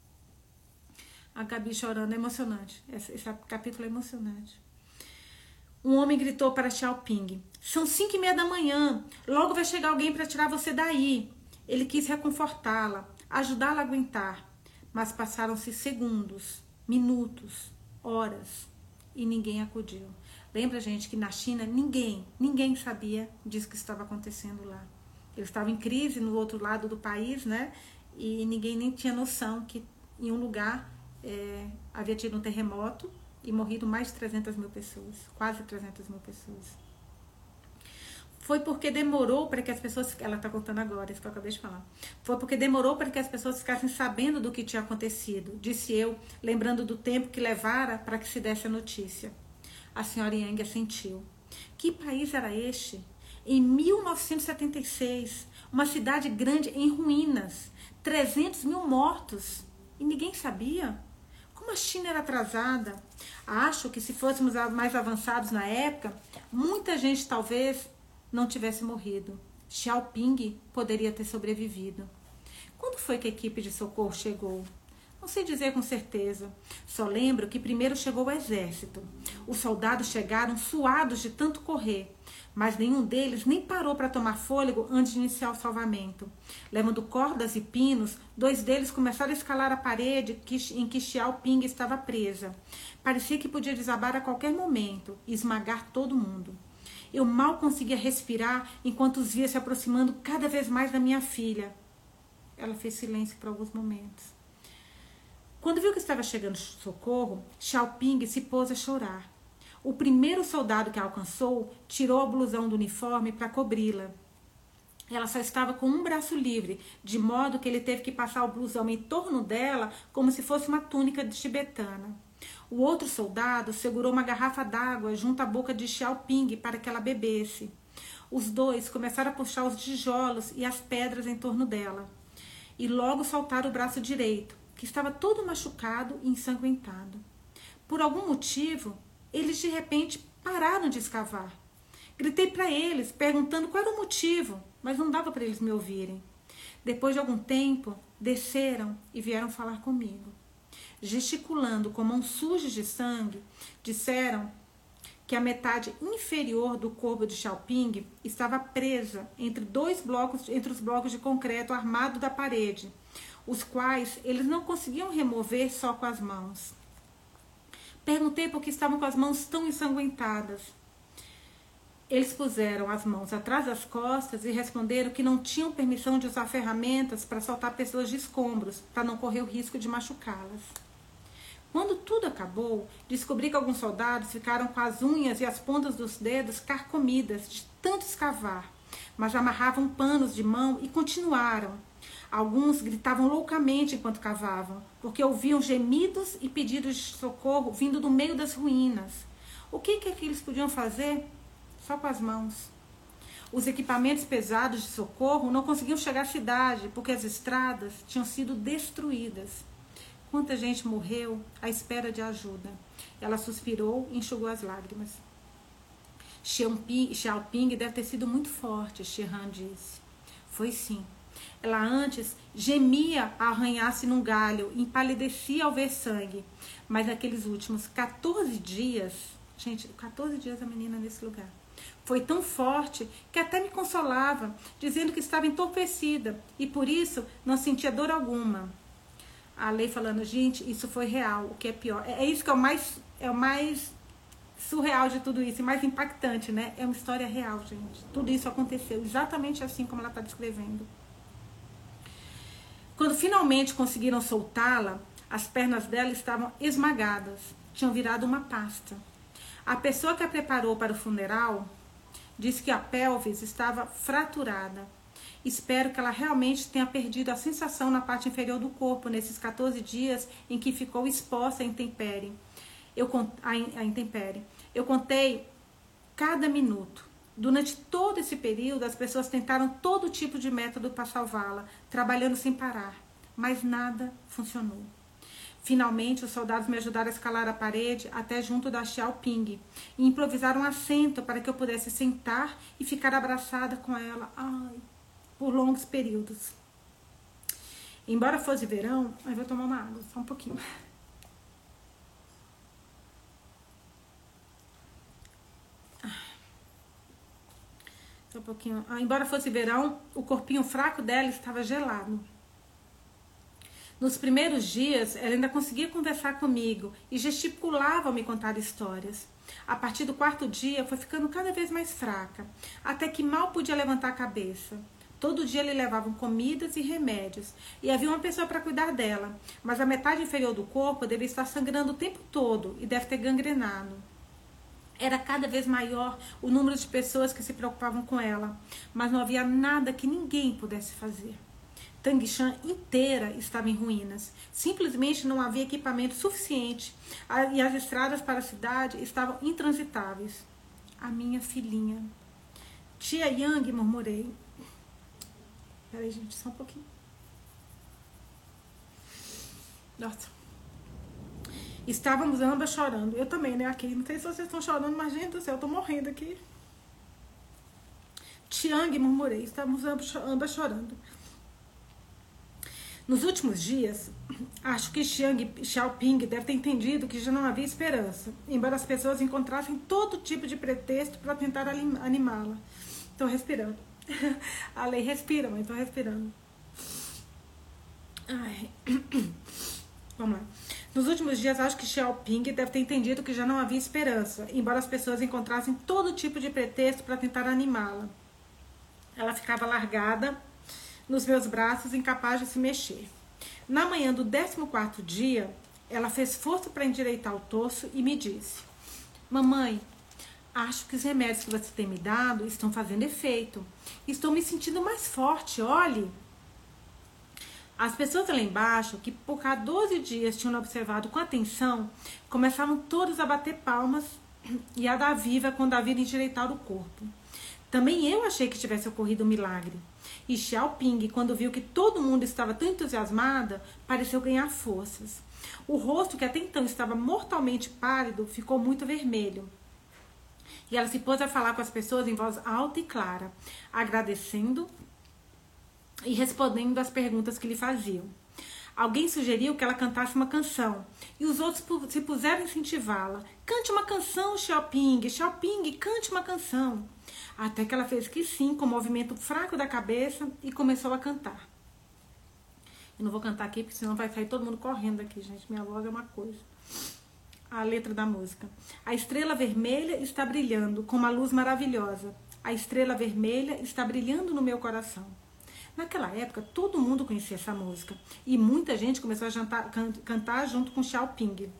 A Gabi chorando, é emocionante. Esse, esse capítulo é emocionante. Um homem gritou para Xiaoping, são cinco e meia da manhã, logo vai chegar alguém para tirar você daí. Ele quis reconfortá-la, ajudá-la a aguentar, mas passaram-se segundos, minutos, horas e ninguém acudiu. Lembra, gente, que na China ninguém, ninguém sabia disso que estava acontecendo lá. Eles estavam em crise no outro lado do país, né? E ninguém nem tinha noção que em um lugar é, havia tido um terremoto e morrido mais de trezentas mil pessoas, quase trezentas mil pessoas. Foi porque demorou para que as pessoas, ela está contando agora, isso que eu acabei de falar, foi porque demorou para que as pessoas ficassem sabendo do que tinha acontecido, disse eu, lembrando do tempo que levara para que se desse a notícia. A senhora Yang assentiu. Que país era este? Em mil novecentos e setenta e seis, uma cidade grande em ruínas, trezentos mil mortos, e ninguém sabia? Como a China era atrasada. Acho que se fôssemos mais avançados na época, muita gente talvez não tivesse morrido. Xiaoping poderia ter sobrevivido. Quando foi que a equipe de socorro chegou? Não sei dizer com certeza. Só lembro que primeiro chegou o exército. Os soldados chegaram suados de tanto correr, mas nenhum deles nem parou para tomar fôlego antes de iniciar o salvamento. Levando cordas e pinos, dois deles começaram a escalar a parede em que Xiaoping estava presa. Parecia que podia desabar a qualquer momento e esmagar todo mundo. Eu mal conseguia respirar enquanto os via se aproximando cada vez mais da minha filha. Ela fez silêncio por alguns momentos. Quando viu que estava chegando socorro, Xiaoping se pôs a chorar. O primeiro soldado que a alcançou tirou a blusão do uniforme para cobri-la. Ela só estava com um braço livre, de modo que ele teve que passar o blusão em torno dela como se fosse uma túnica de tibetana. O outro soldado segurou uma garrafa d'água junto à boca de Xiaoping para que ela bebesse. Os dois começaram a puxar os tijolos e as pedras em torno dela. E logo soltaram o braço direito, que estava todo machucado e ensanguentado. Por algum motivo, eles de repente pararam de escavar. Gritei para eles, perguntando qual era o motivo, mas não dava para eles me ouvirem. Depois de algum tempo, desceram e vieram falar comigo. Gesticulando com mãos sujas de sangue, disseram que a metade inferior do corpo de Xiaoping estava presa entre dois blocos, entre os blocos de concreto armado da parede, os quais eles não conseguiam remover só com as mãos. Perguntei por que estavam com as mãos tão ensanguentadas. Eles puseram as mãos atrás das costas e responderam que não tinham permissão de usar ferramentas para soltar pessoas de escombros, para não correr o risco de machucá-las. Quando tudo acabou, descobri que alguns soldados ficaram com as unhas e as pontas dos dedos carcomidas de tanto escavar, mas amarravam panos de mão e continuaram. Alguns gritavam loucamente enquanto cavavam, porque ouviam gemidos e pedidos de socorro vindo do meio das ruínas. O que, que eles podiam fazer? Só com as mãos. Os equipamentos pesados de socorro não conseguiam chegar à cidade, porque as estradas tinham sido destruídas. Quanta gente morreu à espera de ajuda. Ela suspirou e enxugou as lágrimas. Xiaoping, Xiaoping deve ter sido muito forte, Shihan disse. Foi sim. Ela antes gemia a arranhar-se num galho, empalidecia ao ver sangue. Mas naqueles últimos quatorze dias, gente, quatorze dias a menina nesse lugar, foi tão forte que até me consolava, dizendo que estava entorpecida e por isso não sentia dor alguma. A Lei falando, gente, isso foi real, o que é pior. É isso que é o mais, é o mais surreal de tudo isso, e mais impactante, né? É uma história real, gente. Tudo isso aconteceu exatamente assim como ela está descrevendo. Quando finalmente conseguiram soltá-la, as pernas dela estavam esmagadas, tinham virado uma pasta. A pessoa que a preparou para o funeral disse que a pelvis estava fraturada. Espero que ela realmente tenha perdido a sensação na parte inferior do corpo nesses quatorze dias em que ficou exposta à intempérie. Eu, a, a intempérie. Eu contei cada minuto. Durante todo esse período, as pessoas tentaram todo tipo de método para salvá-la, trabalhando sem parar, mas nada funcionou. Finalmente, os soldados me ajudaram a escalar a parede até junto da Xiaoping e improvisaram um assento para que eu pudesse sentar e ficar abraçada com ela ai, por longos períodos. Embora fosse verão, eu vou tomar uma água, só um pouquinho. Só um pouquinho. Ah, embora fosse verão, o corpinho fraco dela estava gelado. Nos primeiros dias, ela ainda conseguia conversar comigo e gesticulava ao me contar histórias. A partir do quarto dia, foi ficando cada vez mais fraca, até que mal podia levantar a cabeça. Todo dia lhe levavam comidas e remédios, e havia uma pessoa para cuidar dela, mas a metade inferior do corpo devia estar sangrando o tempo todo e deve ter gangrenado. Era cada vez maior o número de pessoas que se preocupavam com ela, mas não havia nada que ninguém pudesse fazer. Tangshan inteira estava em ruínas. Simplesmente não havia equipamento suficiente e as estradas para a cidade estavam intransitáveis. A minha filhinha. Tia Yang, murmurei. Peraí, gente, só um pouquinho. Nossa. Estávamos ambas chorando. Eu também, né? Aqui. Não sei se vocês estão chorando, mas, gente do céu, eu tô morrendo aqui. Tiang, murmurei. Estávamos ambas chorando. Nos últimos dias, acho que Xiang, Xiaoping deve ter entendido que já não havia esperança, embora as pessoas encontrassem todo tipo de pretexto para tentar animá-la. Estou respirando. A Lei respira, mas estou respirando. Ai. Vamos lá. Nos últimos dias, acho que Xiaoping deve ter entendido que já não havia esperança, embora as pessoas encontrassem todo tipo de pretexto para tentar animá-la. Ela ficava largada nos meus braços, incapaz de se mexer. Na manhã do décimo quarto dia, ela fez força para endireitar o torso e me disse: Mamãe, acho que os remédios que você tem me dado estão fazendo efeito. Estou me sentindo mais forte, olhe. As pessoas lá embaixo, que por cá doze dias tinham observado com atenção, começaram todas a bater palmas e a dar viva quando a viram endireitar o corpo. Também eu achei que tivesse ocorrido um milagre. E Xiaoping, quando viu que todo mundo estava tão entusiasmada, pareceu ganhar forças. O rosto, que até então estava mortalmente pálido, ficou muito vermelho. E ela se pôs a falar com as pessoas em voz alta e clara, agradecendo e respondendo às perguntas que lhe faziam. Alguém sugeriu que ela cantasse uma canção, e os outros se puseram a incentivá-la. Cante uma canção, Xiaoping, Xiaoping, cante uma canção. Até que ela fez que sim, com um movimento fraco da cabeça, e começou a cantar. Eu não vou cantar aqui, porque senão vai sair todo mundo correndo aqui, gente. Minha voz é uma coisa. A letra da música. A estrela vermelha está brilhando com uma luz maravilhosa. A estrela vermelha está brilhando no meu coração. Naquela época, todo mundo conhecia essa música. E muita gente começou a jantar, can, cantar junto com Xiaoping.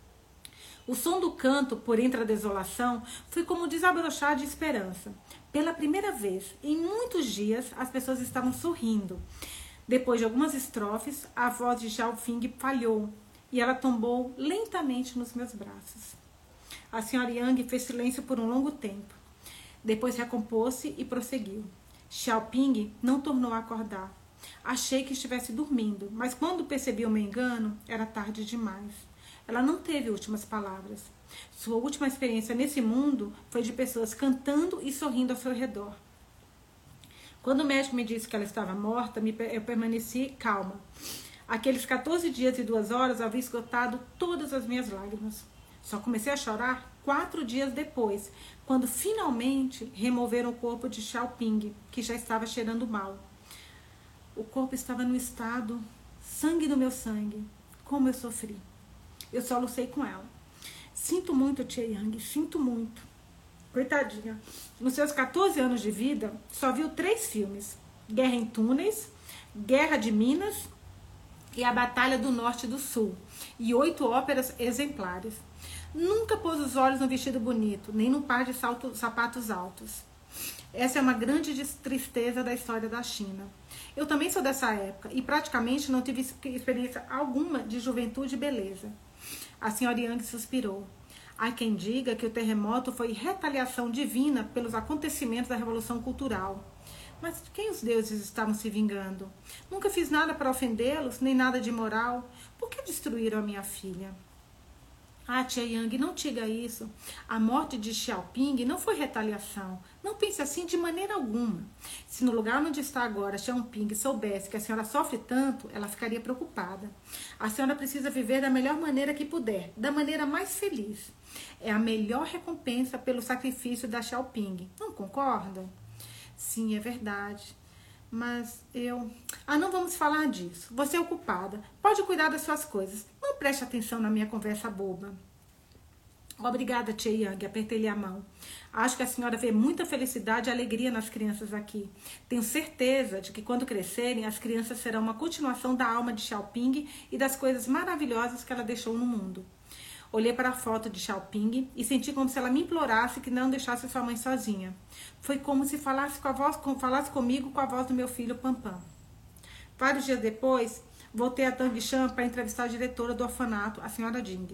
O som do canto, por entre a desolação, foi como desabrochar de esperança. Pela primeira vez, em muitos dias, as pessoas estavam sorrindo. Depois de algumas estrofes, a voz de Xiaoping falhou e ela tombou lentamente nos meus braços. A senhora Yang fez silêncio por um longo tempo. Depois recompôs-se e prosseguiu. Xiaoping não tornou a acordar. Achei que estivesse dormindo, mas quando percebi o meu engano, era tarde demais. Ela não teve últimas palavras. Sua última experiência nesse mundo foi de pessoas cantando e sorrindo ao seu redor. Quando o médico me disse que ela estava morta, eu permaneci calma. Aqueles quatorze dias e duas horas havia esgotado todas as minhas lágrimas. Só comecei a chorar quatro dias depois, quando finalmente removeram o corpo de Xiaoping, que já estava cheirando mal. O corpo estava no estado, sangue no meu sangue. Como eu sofri. Eu solucei com ela. Sinto muito, Tia Yang, sinto muito. Coitadinha. Nos seus quatorze anos de vida, só viu três filmes. Guerra em Túneis, Guerra de Minas e A Batalha do Norte e do Sul. E oito óperas exemplares. Nunca pôs os olhos num vestido bonito, nem num par de salto, sapatos altos. Essa é uma grande tristeza da história da China. Eu também sou dessa época e praticamente não tive experiência alguma de juventude e beleza. A senhora Yang suspirou. Há quem diga que o terremoto foi retaliação divina pelos acontecimentos da Revolução Cultural. Mas de quem os deuses estavam se vingando? Nunca fiz nada para ofendê-los, nem nada de moral. Por que destruíram a minha filha? Ah, Tia Yang, não diga isso. A morte de Xiaoping não foi retaliação. Não pense assim de maneira alguma. Se no lugar onde está agora Xiaoping soubesse que a senhora sofre tanto, ela ficaria preocupada. A senhora precisa viver da melhor maneira que puder, da maneira mais feliz. É a melhor recompensa pelo sacrifício da Xiaoping. Não concorda? Sim, é verdade. Mas eu... Ah, não vamos falar disso. Você é ocupada. Pode cuidar das suas coisas. Não preste atenção na minha conversa boba. Obrigada, Tia Yang. Apertei-lhe a mão. Acho que a senhora vê muita felicidade e alegria nas crianças aqui. Tenho certeza de que quando crescerem, as crianças serão uma continuação da alma de Xiaoping e das coisas maravilhosas que ela deixou no mundo. Olhei para a foto de Xiaoping e senti como se ela me implorasse que não deixasse sua mãe sozinha. Foi como se falasse, com a voz, com, falasse comigo com a voz do meu filho Pampam. Vários dias depois, voltei a Tangshan para entrevistar a diretora do orfanato, a senhora Jing.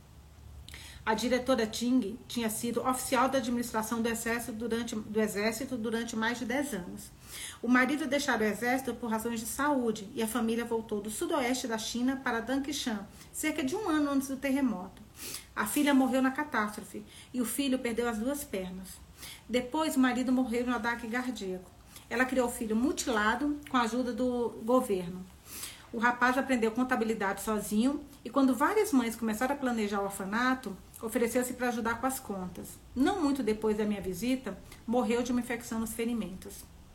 A diretora Jing tinha sido oficial da administração do exército, durante, do exército durante mais de dez anos. O marido deixara o exército por razões de saúde e a família voltou do sudoeste da China para Tangshan, cerca de um ano antes do terremoto. A filha morreu na catástrofe e o filho perdeu as duas pernas. Depois, o marido morreu no ataque cardíaco. Ela criou o filho mutilado com a ajuda do governo. O rapaz aprendeu contabilidade sozinho e quando várias mães começaram a planejar o orfanato, ofereceu-se para ajudar com as contas. Não muito depois da minha visita, morreu de uma infecção nos ferimentos.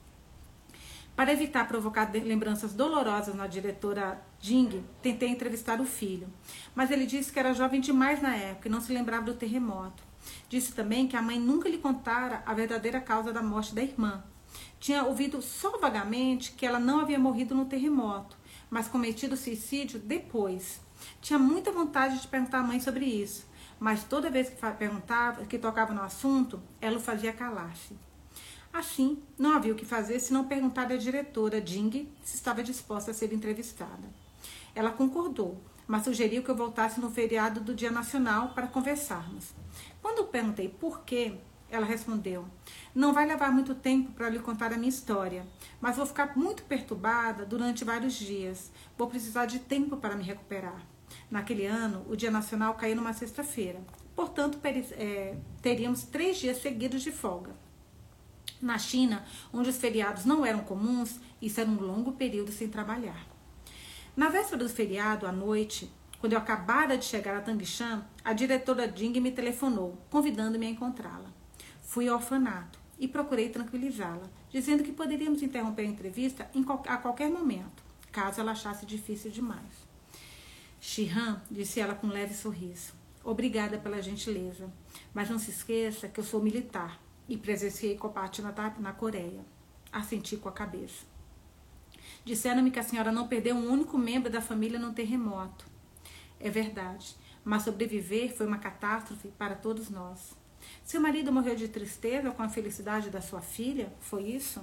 Para evitar provocar lembranças dolorosas na diretora Jing, tentei entrevistar o filho. Mas ele disse que era jovem demais na época e não se lembrava do terremoto. Disse também que a mãe nunca lhe contara a verdadeira causa da morte da irmã. Tinha ouvido só vagamente que ela não havia morrido no terremoto, mas cometido suicídio depois. Tinha muita vontade de perguntar à mãe sobre isso, mas toda vez que perguntava, que tocava no assunto, ela o fazia calar-se. Assim, não havia o que fazer senão perguntar à diretora Jing se estava disposta a ser entrevistada. Ela concordou, mas sugeriu que eu voltasse no feriado do Dia Nacional para conversarmos. Quando eu perguntei por quê, ela respondeu: não vai levar muito tempo para lhe contar a minha história, mas vou ficar muito perturbada durante vários dias. Vou precisar de tempo para me recuperar. Naquele ano, o Dia Nacional caiu numa sexta-feira. Portanto, é, teríamos três dias seguidos de folga. Na China, onde os feriados não eram comuns, isso era um longo período sem trabalhar. Na véspera do feriado, à noite, quando eu acabara de chegar a Tangshan, a diretora Jing me telefonou, convidando-me a encontrá-la. Fui ao orfanato e procurei tranquilizá-la, dizendo que poderíamos interromper a entrevista em qual, a qualquer momento, caso ela achasse difícil demais. Shihan, disse ela com um leve sorriso, obrigada pela gentileza, mas não se esqueça que eu sou militar e presenciei combate na, na Coreia. Assenti com a cabeça. Disseram-me que a senhora não perdeu um único membro da família no terremoto. É verdade, mas sobreviver foi uma catástrofe para todos nós. Seu marido morreu de tristeza com a felicidade da sua filha? Foi isso?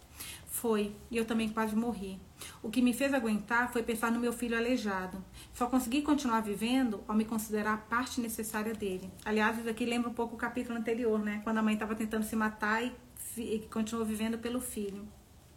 Foi, e eu também quase morri. O que me fez aguentar foi pensar no meu filho aleijado. Só consegui continuar vivendo ao me considerar parte necessária dele. Aliás, isso aqui lembra um pouco o capítulo anterior, né? Quando a mãe estava tentando se matar e, e continuou vivendo pelo filho.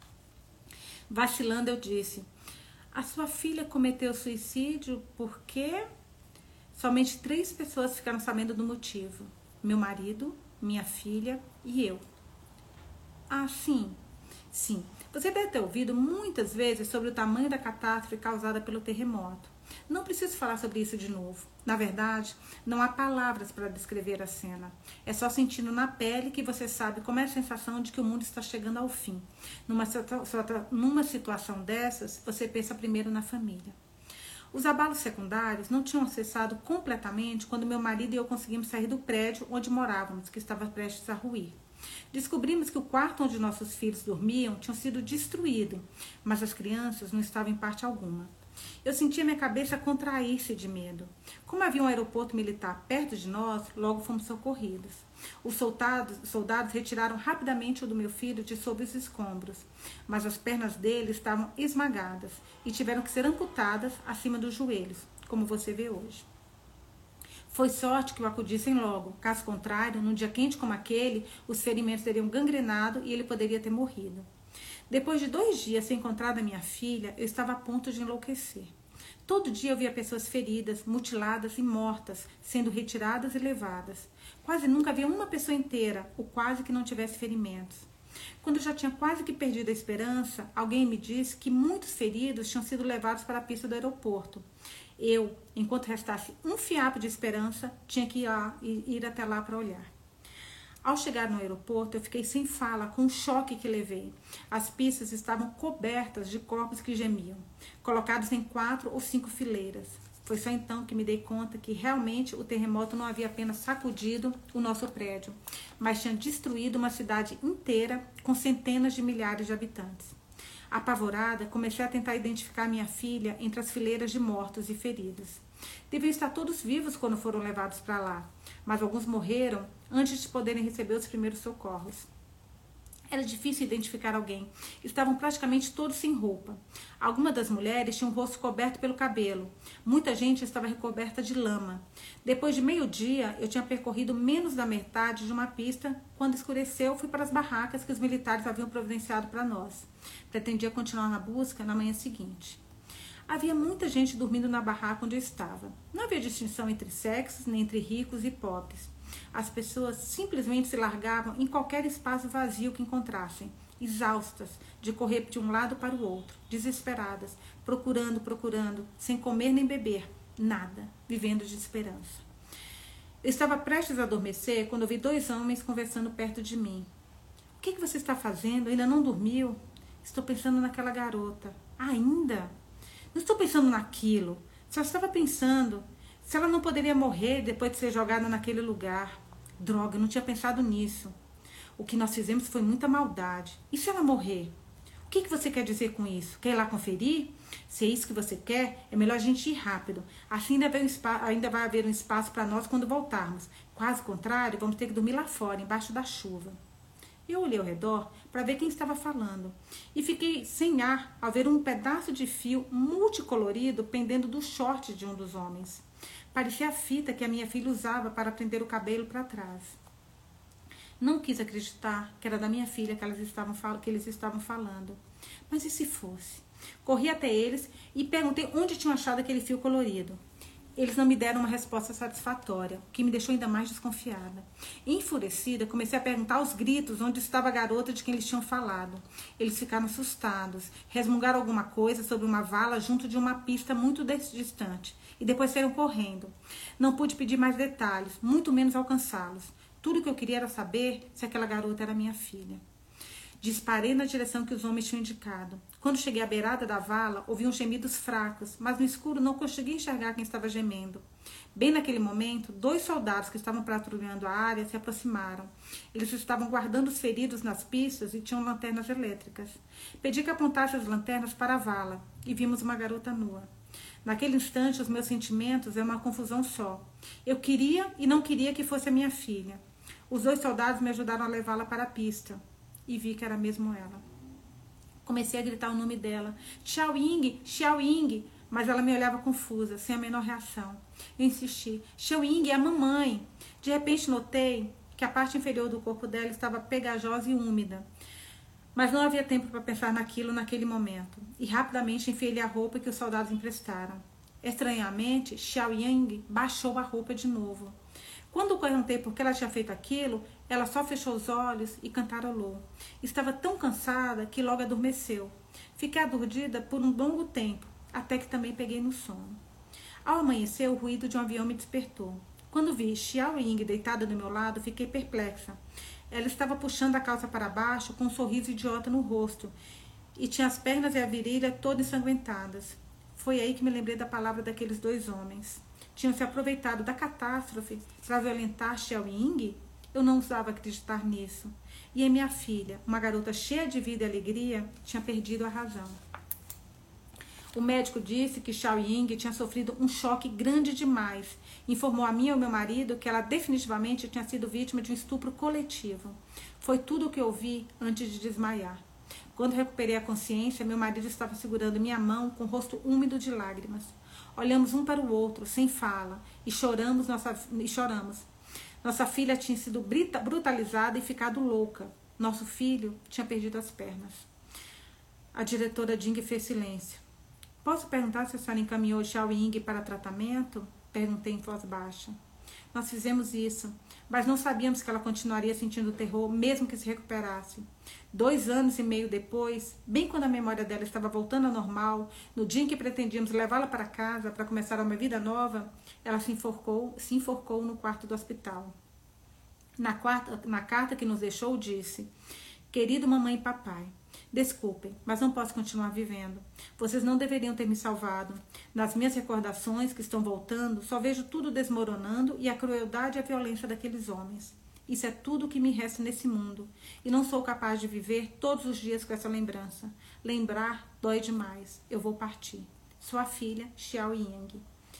Vacilando, eu disse: a sua filha cometeu suicídio porque somente três pessoas ficaram sabendo do motivo. Meu marido, minha filha e eu. Ah, sim. Sim, Você deve ter ouvido muitas vezes sobre o tamanho da catástrofe causada pelo terremoto. Não preciso falar sobre isso de novo. Na verdade, não há palavras para descrever a cena. É só sentindo na pele que você sabe como é a sensação de que o mundo está chegando ao fim. Numa, numa situação dessas, você pensa primeiro na família. Os abalos secundários não tinham cessado completamente quando meu marido e eu conseguimos sair do prédio onde morávamos, que estava prestes a ruir. Descobrimos que o quarto onde nossos filhos dormiam tinha sido destruído, mas as crianças não estavam em parte alguma. Eu sentia minha cabeça contrair-se de medo. Como havia um aeroporto militar perto de nós, logo fomos socorridos. Os soldados, soldados retiraram rapidamente o do meu filho de sob os escombros, mas as pernas dele estavam esmagadas e tiveram que ser amputadas acima dos joelhos, como você vê hoje. Foi sorte que o acudissem logo, caso contrário, num dia quente como aquele, os ferimentos teriam gangrenado e ele poderia ter morrido. Depois de dois dias sem encontrar a minha filha, eu estava a ponto de enlouquecer. Todo dia eu via pessoas feridas, mutiladas e mortas, sendo retiradas e levadas. Quase nunca havia uma pessoa inteira, ou quase que não tivesse ferimentos. Quando eu já tinha quase que perdido a esperança, alguém me disse que muitos feridos tinham sido levados para a pista do aeroporto. Eu, enquanto restasse um fiapo de esperança, tinha que ir, lá, ir até lá para olhar. Ao chegar no aeroporto, eu fiquei sem fala com o choque que levei. As pistas estavam cobertas de corpos que gemiam, colocados em quatro ou cinco fileiras. Foi só então que me dei conta que realmente o terremoto não havia apenas sacudido o nosso prédio, mas tinha destruído uma cidade inteira com centenas de milhares de habitantes. Apavorada, comecei a tentar identificar minha filha entre as fileiras de mortos e feridos. Deviam estar todos vivos quando foram levados para lá, mas alguns morreram antes de poderem receber os primeiros socorros. Era difícil identificar alguém. Estavam praticamente todos sem roupa. Algumas das mulheres tinham o rosto coberto pelo cabelo. Muita gente estava recoberta de lama. Depois de meio-dia, eu tinha percorrido menos da metade de uma pista. Quando escureceu, fui para as barracas que os militares haviam providenciado para nós. Pretendia continuar na busca na manhã seguinte. Havia muita gente dormindo na barraca onde eu estava. Não havia distinção entre sexos, nem entre ricos e pobres. As pessoas simplesmente se largavam em qualquer espaço vazio que encontrassem, exaustas de correr de um lado para o outro, desesperadas, procurando, procurando, sem comer nem beber, nada, vivendo de esperança. Eu estava prestes a adormecer quando ouvi dois homens conversando perto de mim. O que, que você está fazendo? Ainda não dormiu? Estou pensando naquela garota. Ainda? Não estou pensando naquilo. Só estava pensando se ela não poderia morrer depois de ser jogada naquele lugar. Droga, eu não tinha pensado nisso. O que nós fizemos foi muita maldade. E se ela morrer? O que, que você quer dizer com isso? Quer ir lá conferir? Se é isso que você quer, é melhor a gente ir rápido. Assim ainda vai, um ainda vai haver um espaço para nós quando voltarmos. Caso contrário, vamos ter que dormir lá fora, embaixo da chuva. Eu olhei ao redor para ver quem estava falando e fiquei sem ar ao ver um pedaço de fio multicolorido pendendo do short de um dos homens. Parecia a fita que a minha filha usava para prender o cabelo para trás. Não quis acreditar que era da minha filha que, elas estavam, que eles estavam falando. Mas e se fosse? Corri até eles e perguntei onde tinham achado aquele fio colorido. Eles não me deram uma resposta satisfatória, o que me deixou ainda mais desconfiada. Enfurecida, comecei a perguntar aos gritos onde estava a garota de quem eles tinham falado. Eles ficaram assustados, resmungaram alguma coisa sobre uma vala junto de uma pista muito distante e depois saíram correndo. Não pude pedir mais detalhes, muito menos alcançá-los. Tudo o que eu queria era saber se aquela garota era minha filha. Disparei na direção que os homens tinham indicado. Quando cheguei à beirada da vala, ouvi uns gemidos fracos, mas no escuro não consegui enxergar quem estava gemendo. Bem naquele momento, dois soldados que estavam patrulhando a área se aproximaram. Eles estavam guardando os feridos nas pistas e tinham lanternas elétricas. Pedi que apontasse as lanternas para a vala e vimos uma garota nua. Naquele instante, os meus sentimentos eram uma confusão só. Eu queria e não queria que fosse a minha filha. Os dois soldados me ajudaram a levá-la para a pista. E vi que era mesmo ela. Comecei a gritar o nome dela. Xiao Ying, Xiao Ying. Mas ela me olhava confusa, sem a menor reação. Eu insisti. Xiao Ying é a mamãe. De repente notei que a parte inferior do corpo dela estava pegajosa e úmida. Mas não havia tempo para pensar naquilo naquele momento. E rapidamente enfiei-lhe a roupa que os soldados emprestaram. Estranhamente, Xiao Ying baixou a roupa de novo. Quando perguntei por que ela tinha feito aquilo, Ela só fechou os olhos e cantarolou. Estava tão cansada que logo adormeceu. Fiquei aturdida por um longo tempo, até que também peguei no sono. Ao amanhecer, o ruído de um avião me despertou. Quando vi Xiao Ying deitada do meu lado, fiquei perplexa. Ela estava puxando a calça para baixo com um sorriso idiota no rosto e tinha as pernas e a virilha todas ensanguentadas. Foi aí que me lembrei da palavra daqueles dois homens. Tinham se aproveitado da catástrofe para violentar Xiao Ying? Eu não ousava acreditar nisso. E em minha filha, uma garota cheia de vida e alegria, tinha perdido a razão. O médico disse que Xiao Ying tinha sofrido um choque grande demais. Informou a mim e ao meu marido que ela definitivamente tinha sido vítima de um estupro coletivo. Foi tudo o que ouvi antes de desmaiar. Quando recuperei a consciência, meu marido estava segurando minha mão com o rosto úmido de lágrimas. Olhamos um para o outro, sem fala, e choramos. Nossa, e choramos. Nossa filha tinha sido brutalizada e ficado louca. Nosso filho tinha perdido as pernas. A diretora Jing fez silêncio. Posso perguntar se a senhora encaminhou Xiao Ying para tratamento? Perguntei em voz baixa. Nós fizemos isso, mas não sabíamos que ela continuaria sentindo terror, mesmo que se recuperasse. Dois anos e meio depois, bem quando a memória dela estava voltando ao normal, no dia em que pretendíamos levá-la para casa para começar uma vida nova, ela se enforcou, se enforcou no quarto do hospital. Na, quarta, na carta que nos deixou, disse: querido mamãe e papai, desculpem, mas não posso continuar vivendo. Vocês não deveriam ter me salvado. Nas minhas recordações que estão voltando, só vejo tudo desmoronando e a crueldade e a violência daqueles homens. Isso é tudo o que me resta nesse mundo. E não sou capaz de viver todos os dias com essa lembrança. Lembrar dói demais. Eu vou partir. Sua filha, Xiao Ying.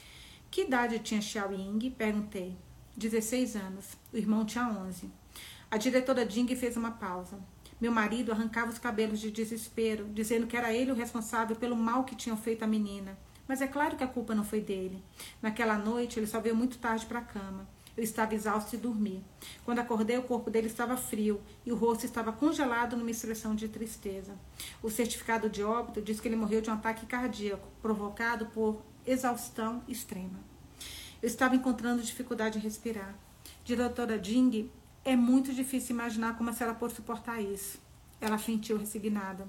Que idade tinha Xiao Ying? Perguntei. dezesseis anos. O irmão tinha onze. A diretora Jing fez uma pausa. Meu marido arrancava os cabelos de desespero, dizendo que era ele o responsável pelo mal que tinham feito à menina. Mas é claro que a culpa não foi dele. Naquela noite, ele só veio muito tarde para a cama. Eu estava exausto e dormi. Quando acordei, o corpo dele estava frio e o rosto estava congelado numa expressão de tristeza. O certificado de óbito diz que ele morreu de um ataque cardíaco, provocado por exaustão extrema. Eu estava encontrando dificuldade em respirar. Diretora Jing, é muito difícil imaginar como a senhora pôde suportar isso. Ela sentiu resignada.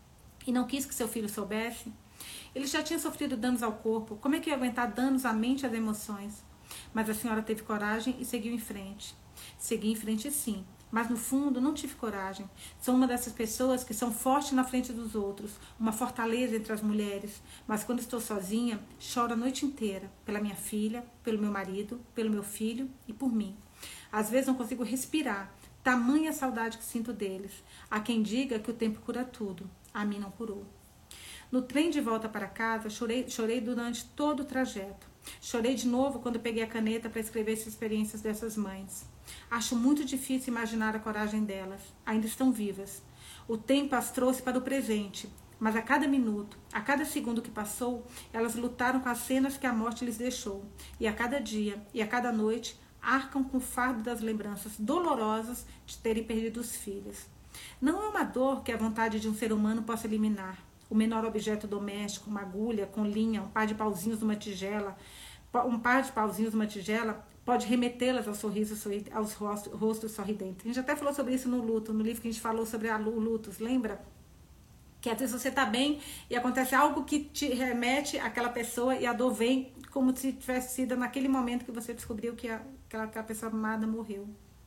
E não quis que seu filho soubesse? Ele já tinha sofrido danos ao corpo. Como é que ia aguentar danos à mente e às emoções? Mas a senhora teve coragem e seguiu em frente. Segui em frente, sim. Mas, no fundo, não tive coragem. Sou uma dessas pessoas que são fortes na frente dos outros. Uma fortaleza entre as mulheres. Mas, quando estou sozinha, choro a noite inteira. Pela minha filha, pelo meu marido, pelo meu filho e por mim. Às vezes não consigo respirar. Tamanha saudade que sinto deles. Há quem diga que o tempo cura tudo. A mim não curou. No trem de volta para casa, chorei, chorei durante todo o trajeto. Chorei de novo quando peguei a caneta para escrever as experiências dessas mães. Acho muito difícil imaginar a coragem delas. Ainda estão vivas. O tempo as trouxe para o presente, mas a cada minuto, a cada segundo que passou, elas lutaram com as cenas que a morte lhes deixou. E a cada dia e a cada noite, arcam com o fardo das lembranças dolorosas de terem perdido os filhos. Não é uma dor que a vontade de um ser humano possa eliminar. O menor objeto doméstico, uma agulha com linha, um par de pauzinhos numa tigela, um par de pauzinhos numa tigela, pode remetê-las ao sorriso, aos rostos, rostos sorridentes. A gente até falou sobre isso no luto, no livro que a gente falou sobre a lutos, lembra? Que às vezes você está bem e acontece algo que te remete àquela pessoa e a dor vem como se tivesse sido naquele momento que você descobriu que a, aquela, aquela pessoa amada morreu.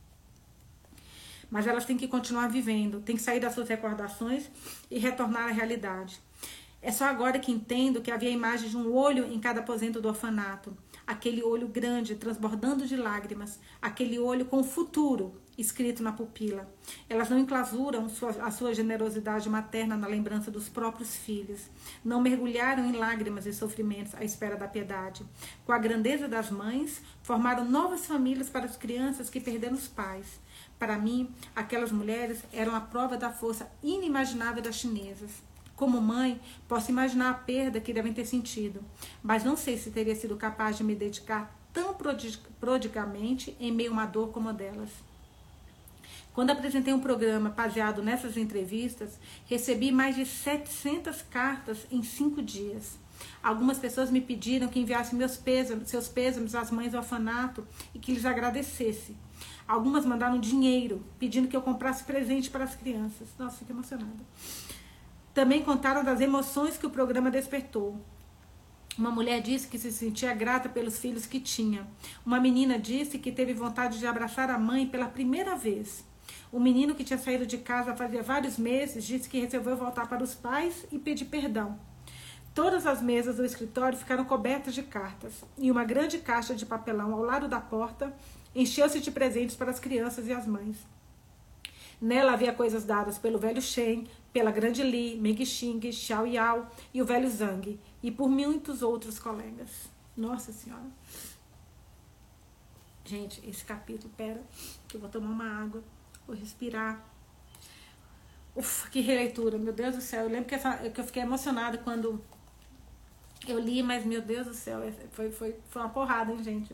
Mas elas têm que continuar vivendo, têm que sair das suas recordações e retornar à realidade. É só agora que entendo que havia a imagem de um olho em cada aposento do orfanato. Aquele olho grande, transbordando de lágrimas. Aquele olho com o futuro escrito na pupila. Elas não enclausuram sua, a sua generosidade materna na lembrança dos próprios filhos. Não mergulharam em lágrimas e sofrimentos à espera da piedade. Com a grandeza das mães, formaram novas famílias para as crianças que perderam os pais. Para mim, aquelas mulheres eram a prova da força inimaginável das chinesas. Como mãe, posso imaginar a perda que devem ter sentido, mas não sei se teria sido capaz de me dedicar tão prodigamente em meio a uma dor como a delas. Quando apresentei um programa baseado nessas entrevistas, recebi mais de setecentas cartas em cinco dias. Algumas pessoas me pediram que enviasse meus pêsames, seus pêsames às mães do orfanato e que lhes agradecesse. Algumas mandaram dinheiro, pedindo que eu comprasse presente para as crianças. Nossa, fiquei emocionada. Também contaram das emoções que o programa despertou. Uma mulher disse que se sentia grata pelos filhos que tinha. Uma menina disse que teve vontade de abraçar a mãe pela primeira vez. O menino que tinha saído de casa fazia vários meses disse que resolveu voltar para os pais e pedir perdão. Todas as mesas do escritório ficaram cobertas de cartas e uma grande caixa de papelão ao lado da porta encheu-se de presentes para as crianças e as mães. Nela havia coisas dadas pelo velho Shen, pela grande Li, Meng Xing, Xiao Yao e o velho Zhang, e por muitos outros colegas. Nossa Senhora. Gente, esse capítulo, pera, que eu vou tomar uma água, vou respirar. Ufa, que releitura, meu Deus do céu. Eu lembro que, essa, que eu fiquei emocionada quando eu li, mas meu Deus do céu, foi, foi, foi uma porrada, hein, gente?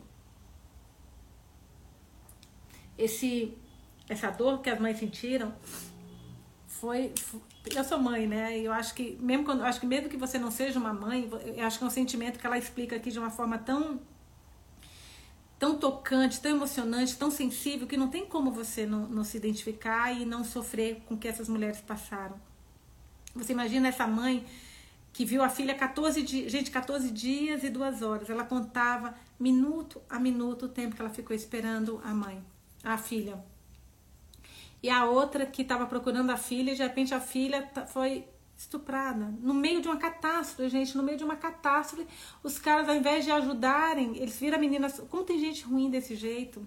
Esse, essa dor que as mães sentiram foi, foi... Eu sou mãe, né? E eu acho que, mesmo quando, eu acho que mesmo que você não seja uma mãe, eu acho que é um sentimento que ela explica aqui de uma forma tão, tão tocante, tão emocionante, tão sensível, que não tem como você não, não se identificar e não sofrer com o que essas mulheres passaram. Você imagina essa mãe que viu a filha quatorze dias, gente, quatorze dias e duas horas. Ela contava minuto a minuto o tempo que ela ficou esperando a mãe, a filha. E a outra que estava procurando a filha, e de repente a filha foi estuprada. No meio de uma catástrofe, gente, no meio de uma catástrofe, os caras, ao invés de ajudarem, eles viram a menina... Como tem gente ruim desse jeito?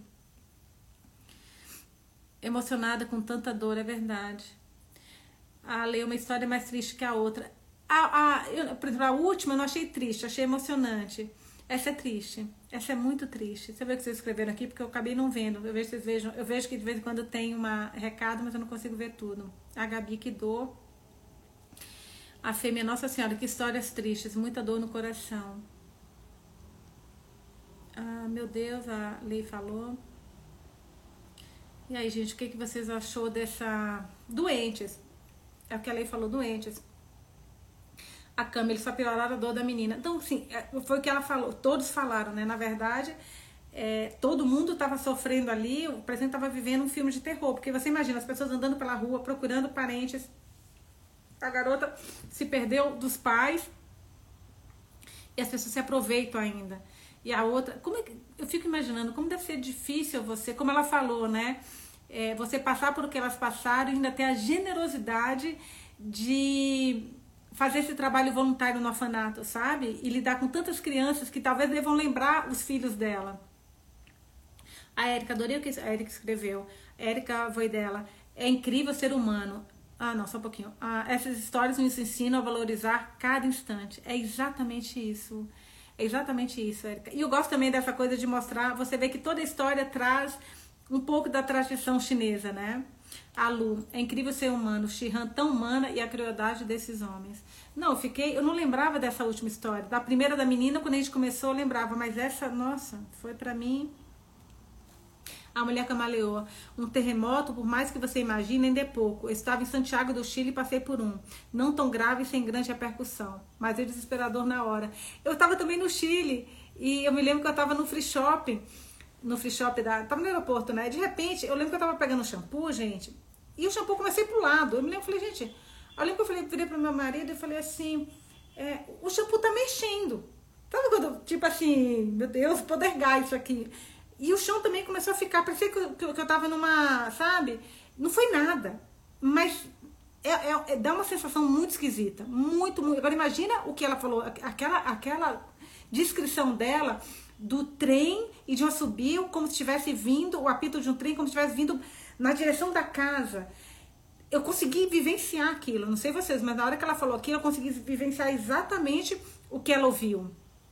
Emocionada com tanta dor, é verdade. A ler uma história mais triste que a outra. A, a, eu, por exemplo, a última eu não achei triste, achei emocionante. Essa é triste. Essa é muito triste. Você vê o que vocês escreveram aqui, porque eu acabei não vendo. Eu vejo, vocês vejam, eu vejo que de vez em quando tem um recado, mas eu não consigo ver tudo. A Gabi, que dor. A Fêmea, Nossa Senhora, que histórias tristes. Muita dor no coração. Ah, meu Deus, a Lei falou. E aí, gente, o que, que vocês achou dessa... Doentes. É o que a Lei falou, doentes. A cama, eles só pioraram a dor da menina. Então, sim, foi o que ela falou. Todos falaram, né? Na verdade, é, todo mundo estava sofrendo ali. O presidente estava vivendo um filme de terror. Porque você imagina, as pessoas andando pela rua, procurando parentes. A garota se perdeu dos pais. E as pessoas se aproveitam ainda. E a outra... Como é que, eu fico imaginando como deve ser difícil você... Como ela falou, né? É, você passar por o que elas passaram e ainda ter a generosidade de... fazer esse trabalho voluntário no orfanato, sabe? E lidar com tantas crianças que talvez devam lembrar os filhos dela. A Érica, adorei o que a Érica escreveu. A Érica foi dela. É incrível ser humano. Ah, não, só um pouquinho. Ah, essas histórias nos ensinam a valorizar cada instante. É exatamente isso. É exatamente isso, Érica. E eu gosto também dessa coisa de mostrar... Você vê que toda a história traz um pouco da tradição chinesa, né? A Lu, é incrível ser humano, Shihan tão humana e a crueldade desses homens. Não, eu fiquei, eu não lembrava dessa última história. Da primeira da menina, quando a gente começou, eu lembrava, mas essa, nossa, foi pra mim. A Mulher Camaleoa, um terremoto, por mais que você imagine, ainda é pouco. Eu estava em Santiago do Chile e passei por um. Não tão grave e sem grande repercussão, mas é desesperador na hora. Eu estava também no Chile e eu me lembro que eu estava no free shop. No free shop da... Tava no aeroporto, né? De repente, eu lembro que eu tava pegando shampoo, gente. E o shampoo comecei pro lado. Eu me lembro, eu falei, gente... Eu lembro que eu falei, virei pro meu marido e falei assim... É, o shampoo tá mexendo. Sabe quando, tipo assim... Meu Deus, podergar isso aqui. E o chão também começou a ficar... Parecia que eu, que eu tava numa... Sabe? Não foi nada. Mas... É, é, é, dá uma sensação muito esquisita. Muito, muito... Agora imagina o que ela falou. Aquela, aquela descrição dela... do trem e de um assobio, como se tivesse vindo, o apito de um trem, como se tivesse vindo na direção da casa. Eu consegui vivenciar aquilo, não sei vocês, mas na hora que ela falou aquilo, eu consegui vivenciar exatamente o que ela ouviu.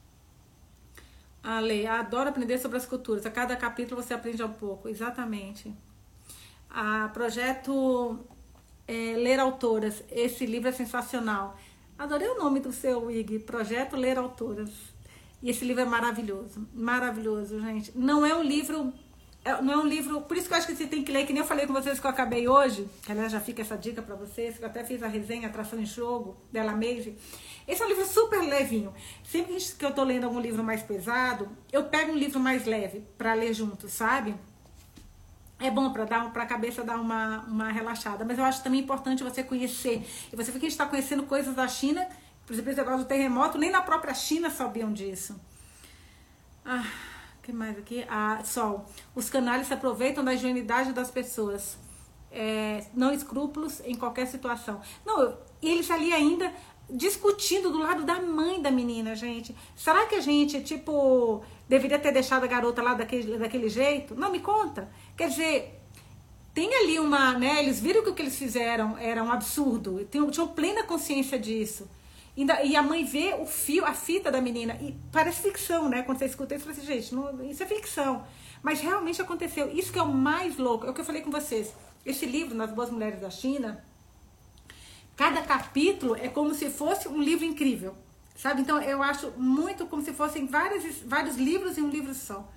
A Lei, adoro aprender sobre as culturas, a cada capítulo você aprende um pouco, exatamente. A projeto é, Ler Autoras, esse livro é sensacional. Adorei o nome do seu, Ig, Projeto Ler Autoras. E esse livro é maravilhoso, maravilhoso, gente. Não é um livro, não é um livro, por isso que eu acho que você tem que ler, que nem eu falei com vocês que eu acabei hoje, que aliás já fica essa dica pra vocês, que eu até fiz a resenha Atração em Jogo, dela Maeve. Esse é um livro super levinho. Sempre que eu tô lendo algum livro mais pesado, eu pego um livro mais leve pra ler junto, sabe? É bom para dar para a cabeça dar uma, uma relaxada. Mas eu acho também importante você conhecer. E você vê que a gente está conhecendo coisas da China, por exemplo, esse negócio do terremoto, nem na própria China sabiam disso. Ah, o que mais aqui? Ah, Sol. Os canalhas se aproveitam da ingenuidade das pessoas. É, não escrúpulos em qualquer situação. Não, eles ali ainda discutindo do lado da mãe da menina, gente. Será que a gente, tipo, deveria ter deixado a garota lá daquele, daquele jeito? Não, me conta. Quer dizer, tem ali uma, né, eles viram que o que eles fizeram era um absurdo, tinham, tinham plena consciência disso. E a mãe vê o fio, a fita da menina, e parece ficção, né? Quando você escuta isso, você fala assim, gente, não, isso é ficção. Mas realmente aconteceu. Isso que é o mais louco, é o que eu falei com vocês. Esse livro, Nas Boas Mulheres da China, cada capítulo é como se fosse um livro incrível, sabe? Então eu acho muito como se fossem vários, vários livros em um livro só.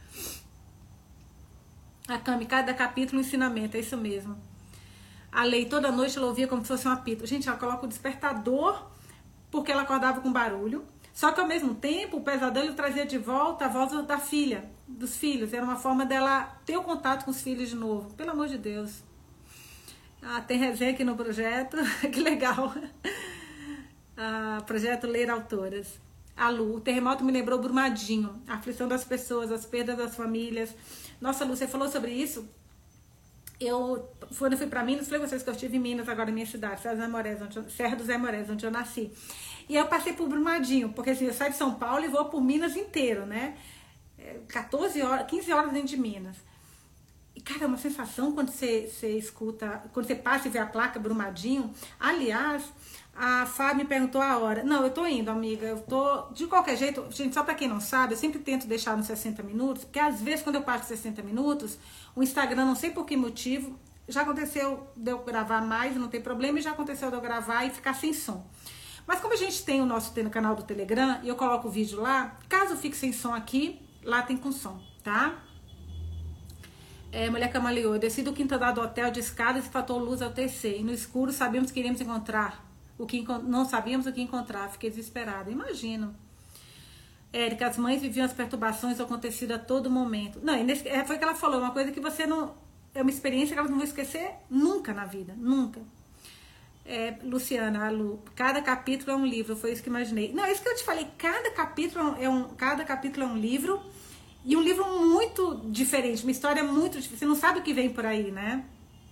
A Cami, cada capítulo um ensinamento, é isso mesmo. A Lei, toda noite ela ouvia como se fosse um apito. Gente, ela coloca o despertador porque ela acordava com barulho. Só que ao mesmo tempo, o pesadelo trazia de volta a voz da filha, dos filhos. Era uma forma dela ter o contato com os filhos de novo. Pelo amor de Deus. Ah, tem resenha aqui no projeto. Que legal. Ah, projeto Ler Autoras. A Lu, o terremoto me lembrou Brumadinho. A aflição das pessoas, as perdas das famílias. Nossa, Lu, você falou sobre isso? Eu, quando eu fui para Minas, falei pra vocês que eu estive em Minas, agora na minha cidade, Serra dos Amorés, onde eu, Serra dos Amorés, onde eu nasci. E aí eu passei por Brumadinho, porque assim, eu saio de São Paulo e vou por Minas inteiro, né? quatorze horas, quinze horas dentro de Minas. E, cara, é uma sensação quando você, você escuta, quando você passa e vê a placa Brumadinho. Aliás, a Fábio me perguntou a hora. Não, eu tô indo, amiga, eu tô, de qualquer jeito, gente, só pra quem não sabe, eu sempre tento deixar nos sessenta minutos, porque às vezes quando eu passo sessenta minutos, o Instagram, não sei por que motivo, já aconteceu de eu gravar mais, não tem problema, e já aconteceu de eu gravar e ficar sem som. Mas como a gente tem o nosso tem no canal do Telegram, e eu coloco o vídeo lá, caso fique sem som aqui, lá tem com som, tá? É, mulher camaleou, eu desci do quinto andar do hotel de escadas e faltou luz ao T C, e no escuro sabíamos que iríamos encontrar, o que não sabíamos o que encontrar, fiquei desesperada, imagino. Érica, as mães viviam as perturbações acontecidas a todo momento. Não, foi o que ela falou, uma coisa que você não... É uma experiência que elas não vão esquecer nunca na vida, nunca. É, Luciana, a Lu, cada capítulo é um livro, foi isso que imaginei. Não, é isso que eu te falei, cada capítulo é um, cada capítulo é um livro, e um livro muito diferente, uma história muito diferente, você não sabe o que vem por aí, né?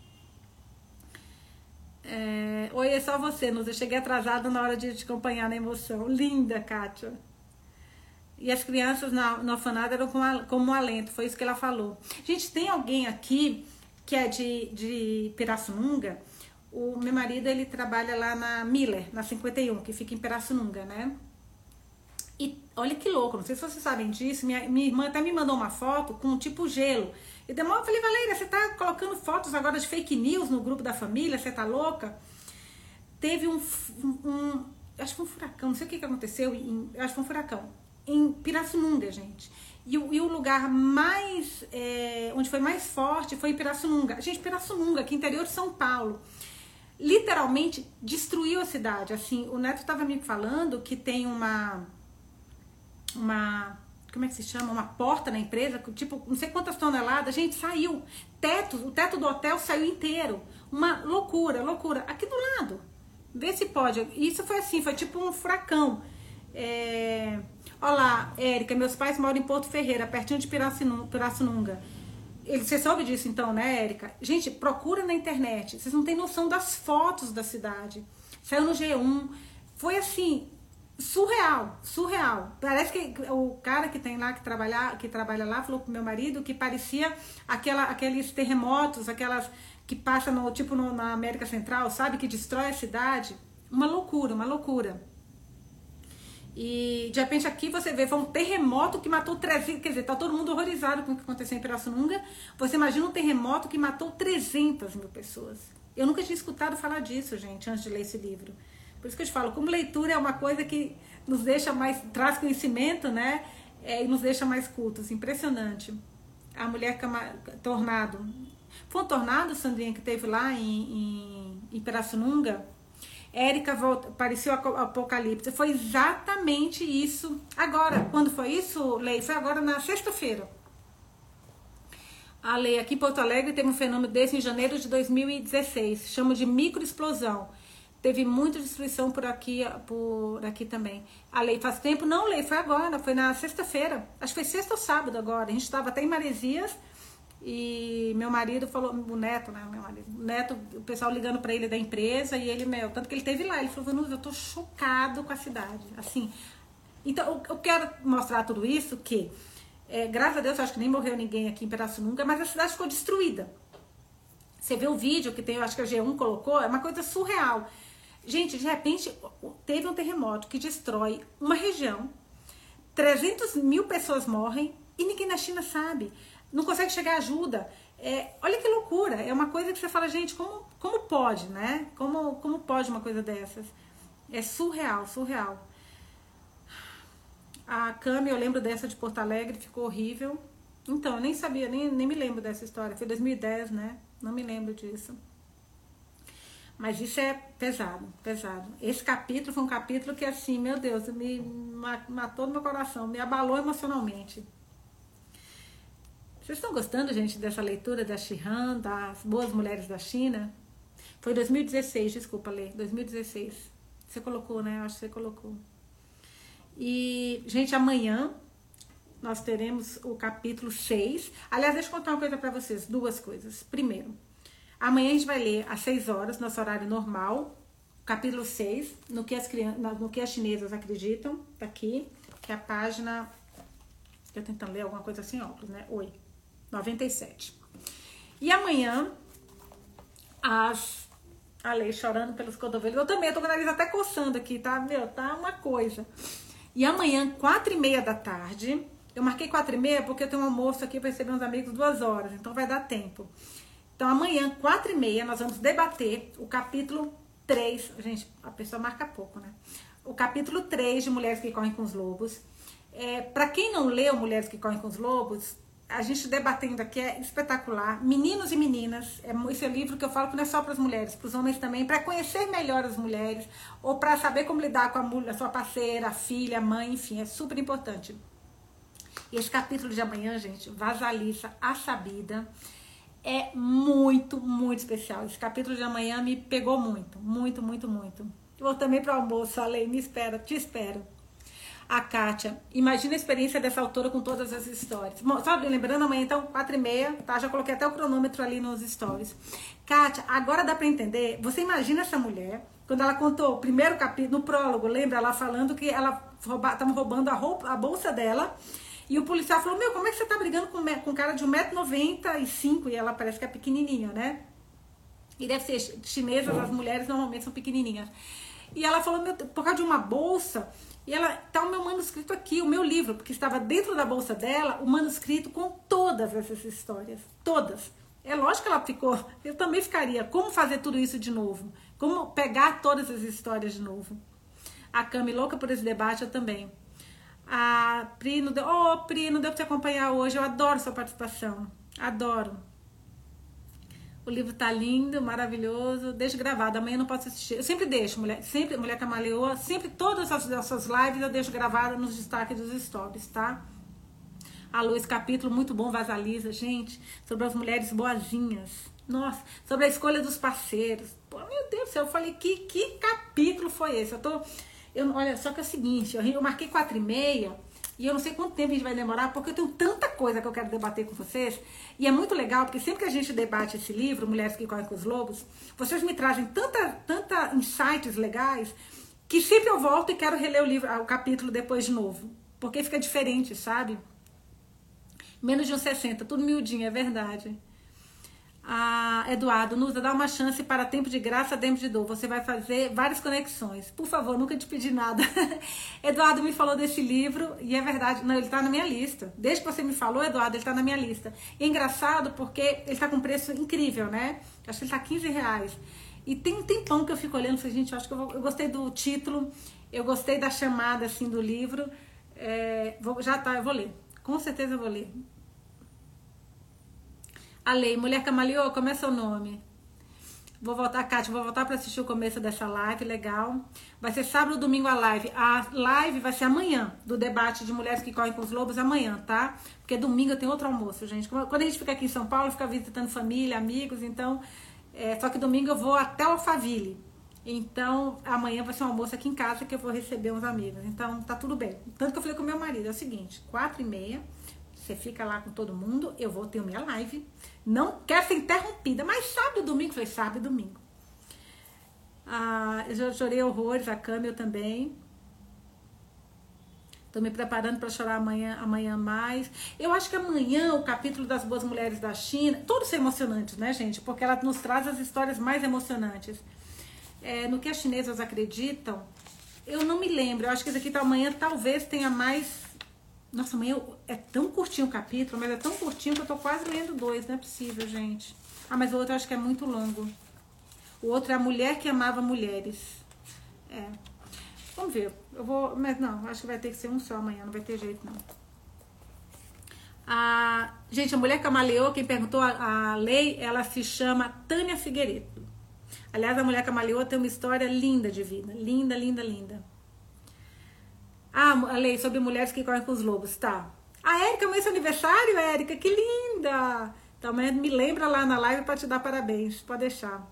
É, oi, é só você, Nuz, eu cheguei atrasada na hora de te acompanhar na emoção. Linda, Kátia. E as crianças na, no orfanato eram como, a, como um alento, foi isso que ela falou. Gente, tem alguém aqui que é de, de Pirassununga. O meu marido, ele trabalha lá na Miller, na cinquenta e um, que fica em Pirassununga, né? E olha que louco, não sei se vocês sabem disso, minha, minha irmã até me mandou uma foto com tipo gelo. E eu falei, Valéria, você tá colocando fotos agora de fake news no grupo da família, você tá louca? Teve um, um acho que foi um furacão, não sei o que, que aconteceu, em, acho que foi um furacão. Em Pirassununga, gente. E o, e o lugar mais, é, onde foi mais forte foi em Pirassununga. Gente, Pirassununga, que é interior de São Paulo. Literalmente destruiu a cidade. Assim, o Neto estava me falando que tem uma, uma, como é que se chama? Uma porta na empresa, tipo, não sei quantas toneladas. Gente, saiu. Teto, o teto do hotel saiu inteiro. Uma loucura, loucura. Aqui do lado. Vê se pode. Isso foi assim, foi tipo um furacão. É... Olá, Érica, meus pais moram em Porto Ferreira, pertinho de Pirassununga. Você soube disso então, né, Érica? Gente, procura na internet. Vocês não têm noção das fotos da cidade. Saiu no G um. Foi assim, surreal, surreal. Parece que o cara que tem lá, que trabalha, que trabalha lá, falou pro meu marido que parecia aquela, aqueles terremotos, aquelas que passam no, tipo no, na América Central, sabe? Que destrói a cidade. Uma loucura, uma loucura. E de repente aqui você vê, foi um terremoto que matou trezentas, quer dizer, tá todo mundo horrorizado com o que aconteceu em Pirassununga. Você imagina um terremoto que matou trezentas mil pessoas. Eu nunca tinha escutado falar disso, gente, antes de ler esse livro. Por isso que eu te falo, como leitura é uma coisa que nos deixa mais, traz conhecimento, né? É, e nos deixa mais cultos. Impressionante. A mulher cama, tornado. Foi um tornado, Sandrinha, que teve lá em, em, em Pirassununga? Érica volta, parecia o apocalipse. Foi exatamente isso. Agora, quando foi isso, Lei? Foi agora na sexta-feira. A lei aqui em Porto Alegre teve um fenômeno desse em janeiro de dois mil e dezesseis. Chama de microexplosão. Teve muita destruição por aqui, por aqui também. A lei faz tempo? Não, lei, foi agora, foi na sexta-feira. Acho que foi sexta ou sábado agora. A gente estava até em Maresias e meu marido falou, o Neto, né, meu marido, o Neto, o pessoal ligando para ele da empresa e ele, meu, tanto que ele teve lá, ele falou, Vanusa, eu tô chocado com a cidade, assim. Então, eu quero mostrar tudo isso que, é, graças a Deus, eu acho que nem morreu ninguém aqui em Pirassununga, mas a cidade ficou destruída. Você vê o vídeo que tem, eu acho que a G um colocou, é uma coisa surreal. Gente, de repente, teve um terremoto que destrói uma região, trezentas mil pessoas morrem e ninguém na China sabe. Não consegue chegar ajuda. É, olha que loucura. É uma coisa que você fala, gente, como, como pode, né? Como, como pode uma coisa dessas? É surreal, surreal. A Cami, eu lembro dessa de Porto Alegre, ficou horrível. Então, eu nem sabia, nem, nem me lembro dessa história. Foi dois mil e dez, né? Não me lembro disso. Mas isso é pesado, pesado. Esse capítulo foi um capítulo que, assim, meu Deus, me matou no meu coração, me abalou emocionalmente. Vocês estão gostando, gente, dessa leitura da Shihan, das Boas Mulheres da China? Foi dois mil e dezesseis, desculpa, Lê, dois mil e dezesseis. Você colocou, né? Eu acho que você colocou. E, gente, amanhã nós teremos o capítulo seis. Aliás, deixa eu contar uma coisa pra vocês, duas coisas. Primeiro, amanhã a gente vai ler às seis horas, nosso horário normal, capítulo seis, no que as, crianças, no que as chinesas acreditam, tá aqui, que é a página, eu tentando ler alguma coisa assim, óculos, né? Oi, noventa e sete. E amanhã, as, a Lei chorando pelos cotovelos, eu também, eu tô com o nariz até coçando aqui, tá? Meu, tá uma coisa. E amanhã, quatro e meia da tarde, eu marquei quatro e meia porque eu tenho um almoço aqui para receber uns amigos duas horas, então vai dar tempo. Então, amanhã, quatro e meia, nós vamos debater o capítulo três. Gente, a pessoa marca pouco, né? O capítulo três de Mulheres que Correm com os Lobos. É, para quem não leu Mulheres que Correm com os Lobos, a gente debatendo aqui é espetacular. Meninos e meninas, é, esse é um livro que eu falo que não é só para as mulheres, para os homens também, para conhecer melhor as mulheres, ou para saber como lidar com a, mulher, a sua parceira, a filha, a mãe, enfim, é super importante. E esse capítulo de amanhã, gente, Vasalissa, a Sabida, é muito, muito especial. Esse capítulo de amanhã me pegou muito, muito, muito, muito. Eu vou também para o almoço, Ale, me espera, te espero. A Kátia, imagina a experiência dessa autora com todas as histórias. Só lembrando, amanhã então, quatro e meia, tá? Já coloquei até o cronômetro ali nos stories. Kátia, agora dá para entender, você imagina essa mulher, quando ela contou o primeiro capítulo, no prólogo, lembra ela falando que ela estavam roubando a, roupa, a bolsa dela. E o policial falou, meu, como é que você tá brigando com, com um cara de um metro e noventa e cinco? E ela parece que é pequenininha, né? E deve ser chinesas, as mulheres normalmente são pequenininhas. E ela falou, meu, por causa de uma bolsa, e ela, tá o meu manuscrito aqui, o meu livro, porque estava dentro da bolsa dela, o manuscrito com todas essas histórias, todas. É lógico que ela ficou, eu também ficaria, como fazer tudo isso de novo? Como pegar todas as histórias de novo? A Cami, louca por esse debate, eu também. A Pri, não deu, oh, Pri, não deu pra te acompanhar hoje, eu adoro sua participação, adoro. O livro tá lindo, maravilhoso, deixo gravado, amanhã eu não posso assistir, eu sempre deixo, mulher, sempre, Mulher Camaleoa, sempre todas as nossas lives eu deixo gravada nos destaques dos stories, tá? A Luz, capítulo muito bom, Vasalisa, gente, sobre as mulheres boazinhas, nossa, sobre a escolha dos parceiros, pô, meu Deus do céu, eu falei, que, que capítulo foi esse? Eu tô... Eu, olha, só que é o seguinte, eu, eu marquei quatro e meia e eu não sei quanto tempo a gente vai demorar, porque eu tenho tanta coisa que eu quero debater com vocês. E é muito legal, porque sempre que a gente debate esse livro, Mulheres que Correm com os Lobos, vocês me trazem tanta, tanta insights legais, que sempre eu volto e quero reler o livro, o capítulo depois de novo. Porque fica diferente, sabe? Menos de uns sessenta, tudo miudinho, é verdade. Ah, Eduardo, Nusa, dá uma chance para Tempo de Graça, Tempo de Dor. Você vai fazer várias conexões. Por favor, nunca te pedi nada. Eduardo me falou desse livro e é verdade. Não, ele está na minha lista. Desde que você me falou, Eduardo, ele está na minha lista. E é engraçado porque ele está com um preço incrível, né? Acho que ele está quinze reais. E tem um tempão que eu fico olhando e falei, gente, eu acho que eu, vou, eu gostei do título, eu gostei da chamada, assim, do livro. É, vou, já tá, eu vou ler. Com certeza eu vou ler. A Lei, Mulher Camaleoa, como é seu nome? Vou voltar, Kátia, vou voltar para assistir o começo dessa live, legal. Vai ser sábado ou domingo a live. A live vai ser amanhã, do debate de mulheres que correm com os lobos, amanhã, tá? Porque domingo eu tenho outro almoço, gente. Quando a gente fica aqui em São Paulo, fica visitando família, amigos, então... É, só que domingo eu vou até o Alphaville. Então, amanhã vai ser um almoço aqui em casa que eu vou receber uns amigos. Então, tá tudo bem. Tanto que eu falei com meu marido, é o seguinte, quatro e meia, você fica lá com todo mundo, eu vou ter minha live. Não quero ser interrompida, mas sábado e domingo, eu falei sábado e domingo. Ah, eu já chorei horrores, a Cami eu também. Tô me preparando para chorar amanhã, amanhã mais. Eu acho que amanhã o capítulo das boas mulheres da China, todos são emocionantes, né, gente? Porque ela nos traz as histórias mais emocionantes. É, no que as chinesas acreditam, eu não me lembro. Eu acho que esse aqui tá amanhã, talvez tenha mais. Nossa, amanhã é tão curtinho o capítulo, mas é tão curtinho que eu tô quase lendo dois. Não é possível, gente. Ah, mas o outro eu acho que é muito longo. O outro é a mulher que amava mulheres. É. Vamos ver. Eu vou. Mas não, acho que vai ter que ser um só amanhã, não vai ter jeito, não. A, gente, a mulher camaleou, quem perguntou a, a lei, ela se chama Tânia Figueiredo. Aliás, a mulher camaleou tem uma história linda de vida. Linda, linda, linda. Ah, a lei sobre mulheres que correm com os lobos, tá. A Érica, amanhã é seu aniversário, Érica, que linda! Então, amanhã me lembra lá na live pra te dar parabéns, pode deixar.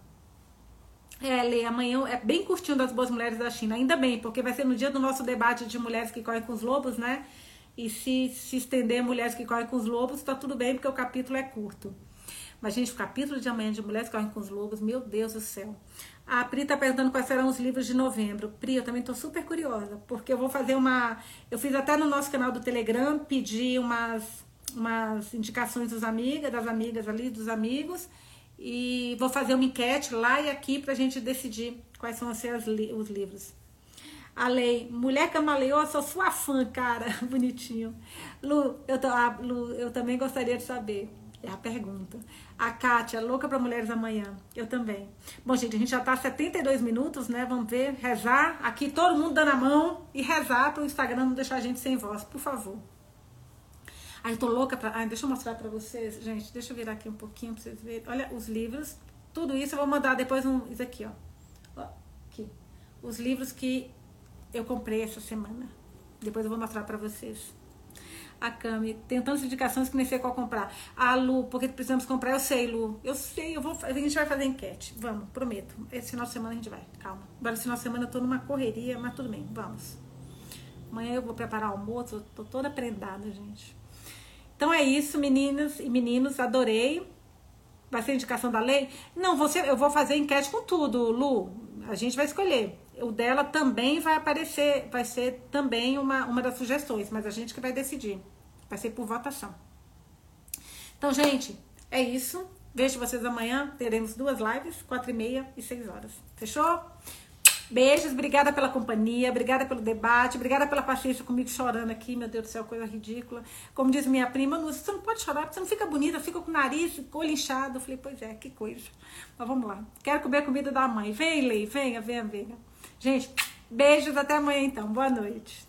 É, Lê, amanhã é bem curtinho das boas mulheres da China, ainda bem, porque vai ser no dia do nosso debate de mulheres que correm com os lobos, né? E se se estender mulheres que correm com os lobos, tá tudo bem, porque o capítulo é curto. Mas, gente, o capítulo de amanhã de mulheres que correm com os lobos, meu Deus do céu. A Pri tá perguntando quais serão os livros de novembro. Pri, eu também tô super curiosa, porque eu vou fazer uma... Eu fiz até no nosso canal do Telegram, pedi umas, umas indicações dos amigas, das amigas ali, dos amigos, e vou fazer uma enquete lá e aqui pra gente decidir quais são os, seus li os livros. A Lei, Mulher Camaleoa, sou sua fã, cara, bonitinho. Lu, eu, a, Lu, eu também gostaria de saber. É a pergunta. A Kátia, louca para mulheres amanhã. Eu também. Bom, gente, a gente já tá setenta e dois minutos, né? Vamos ver, rezar. Aqui todo mundo dando a mão e rezar para o Instagram não deixar a gente sem voz, por favor. Ai, eu tô louca pra... Ai, deixa eu mostrar para vocês, gente. Deixa eu virar aqui um pouquinho para vocês verem. Olha os livros. Tudo isso eu vou mandar depois um... Isso aqui, ó. ó. Aqui. Os livros que eu comprei essa semana. Depois eu vou mostrar para vocês. A Cami, tem tantas indicações que nem sei qual comprar. A Lu, porque precisamos comprar, eu sei, Lu. Eu sei, eu vou, a gente vai fazer enquete. Vamos, prometo. Esse final de semana a gente vai, calma. Agora esse final de semana eu tô numa correria, mas tudo bem, vamos. Amanhã eu vou preparar o almoço, eu tô toda prendada, gente. Então é isso, meninas e meninos, adorei. Vai ser indicação da lei? Não, você, eu vou fazer enquete com tudo, Lu. A gente vai escolher. O dela também vai aparecer, vai ser também uma, uma das sugestões, mas a gente que vai decidir. Vai ser por votação. Então, gente, é isso. Vejo vocês amanhã. Teremos duas lives, quatro e meia e seis horas. Fechou? Beijos, obrigada pela companhia, obrigada pelo debate, obrigada pela paciência comigo chorando aqui, meu Deus do céu, coisa ridícula. Como diz minha prima, você não pode chorar, porque você não fica bonita, fica com o nariz, com o olho inchado. Eu falei, pois é, que coisa. Mas vamos lá. Quero comer a comida da mãe. Vem, Lei, venha, venha, venha. Gente, beijos, até amanhã então. Boa noite.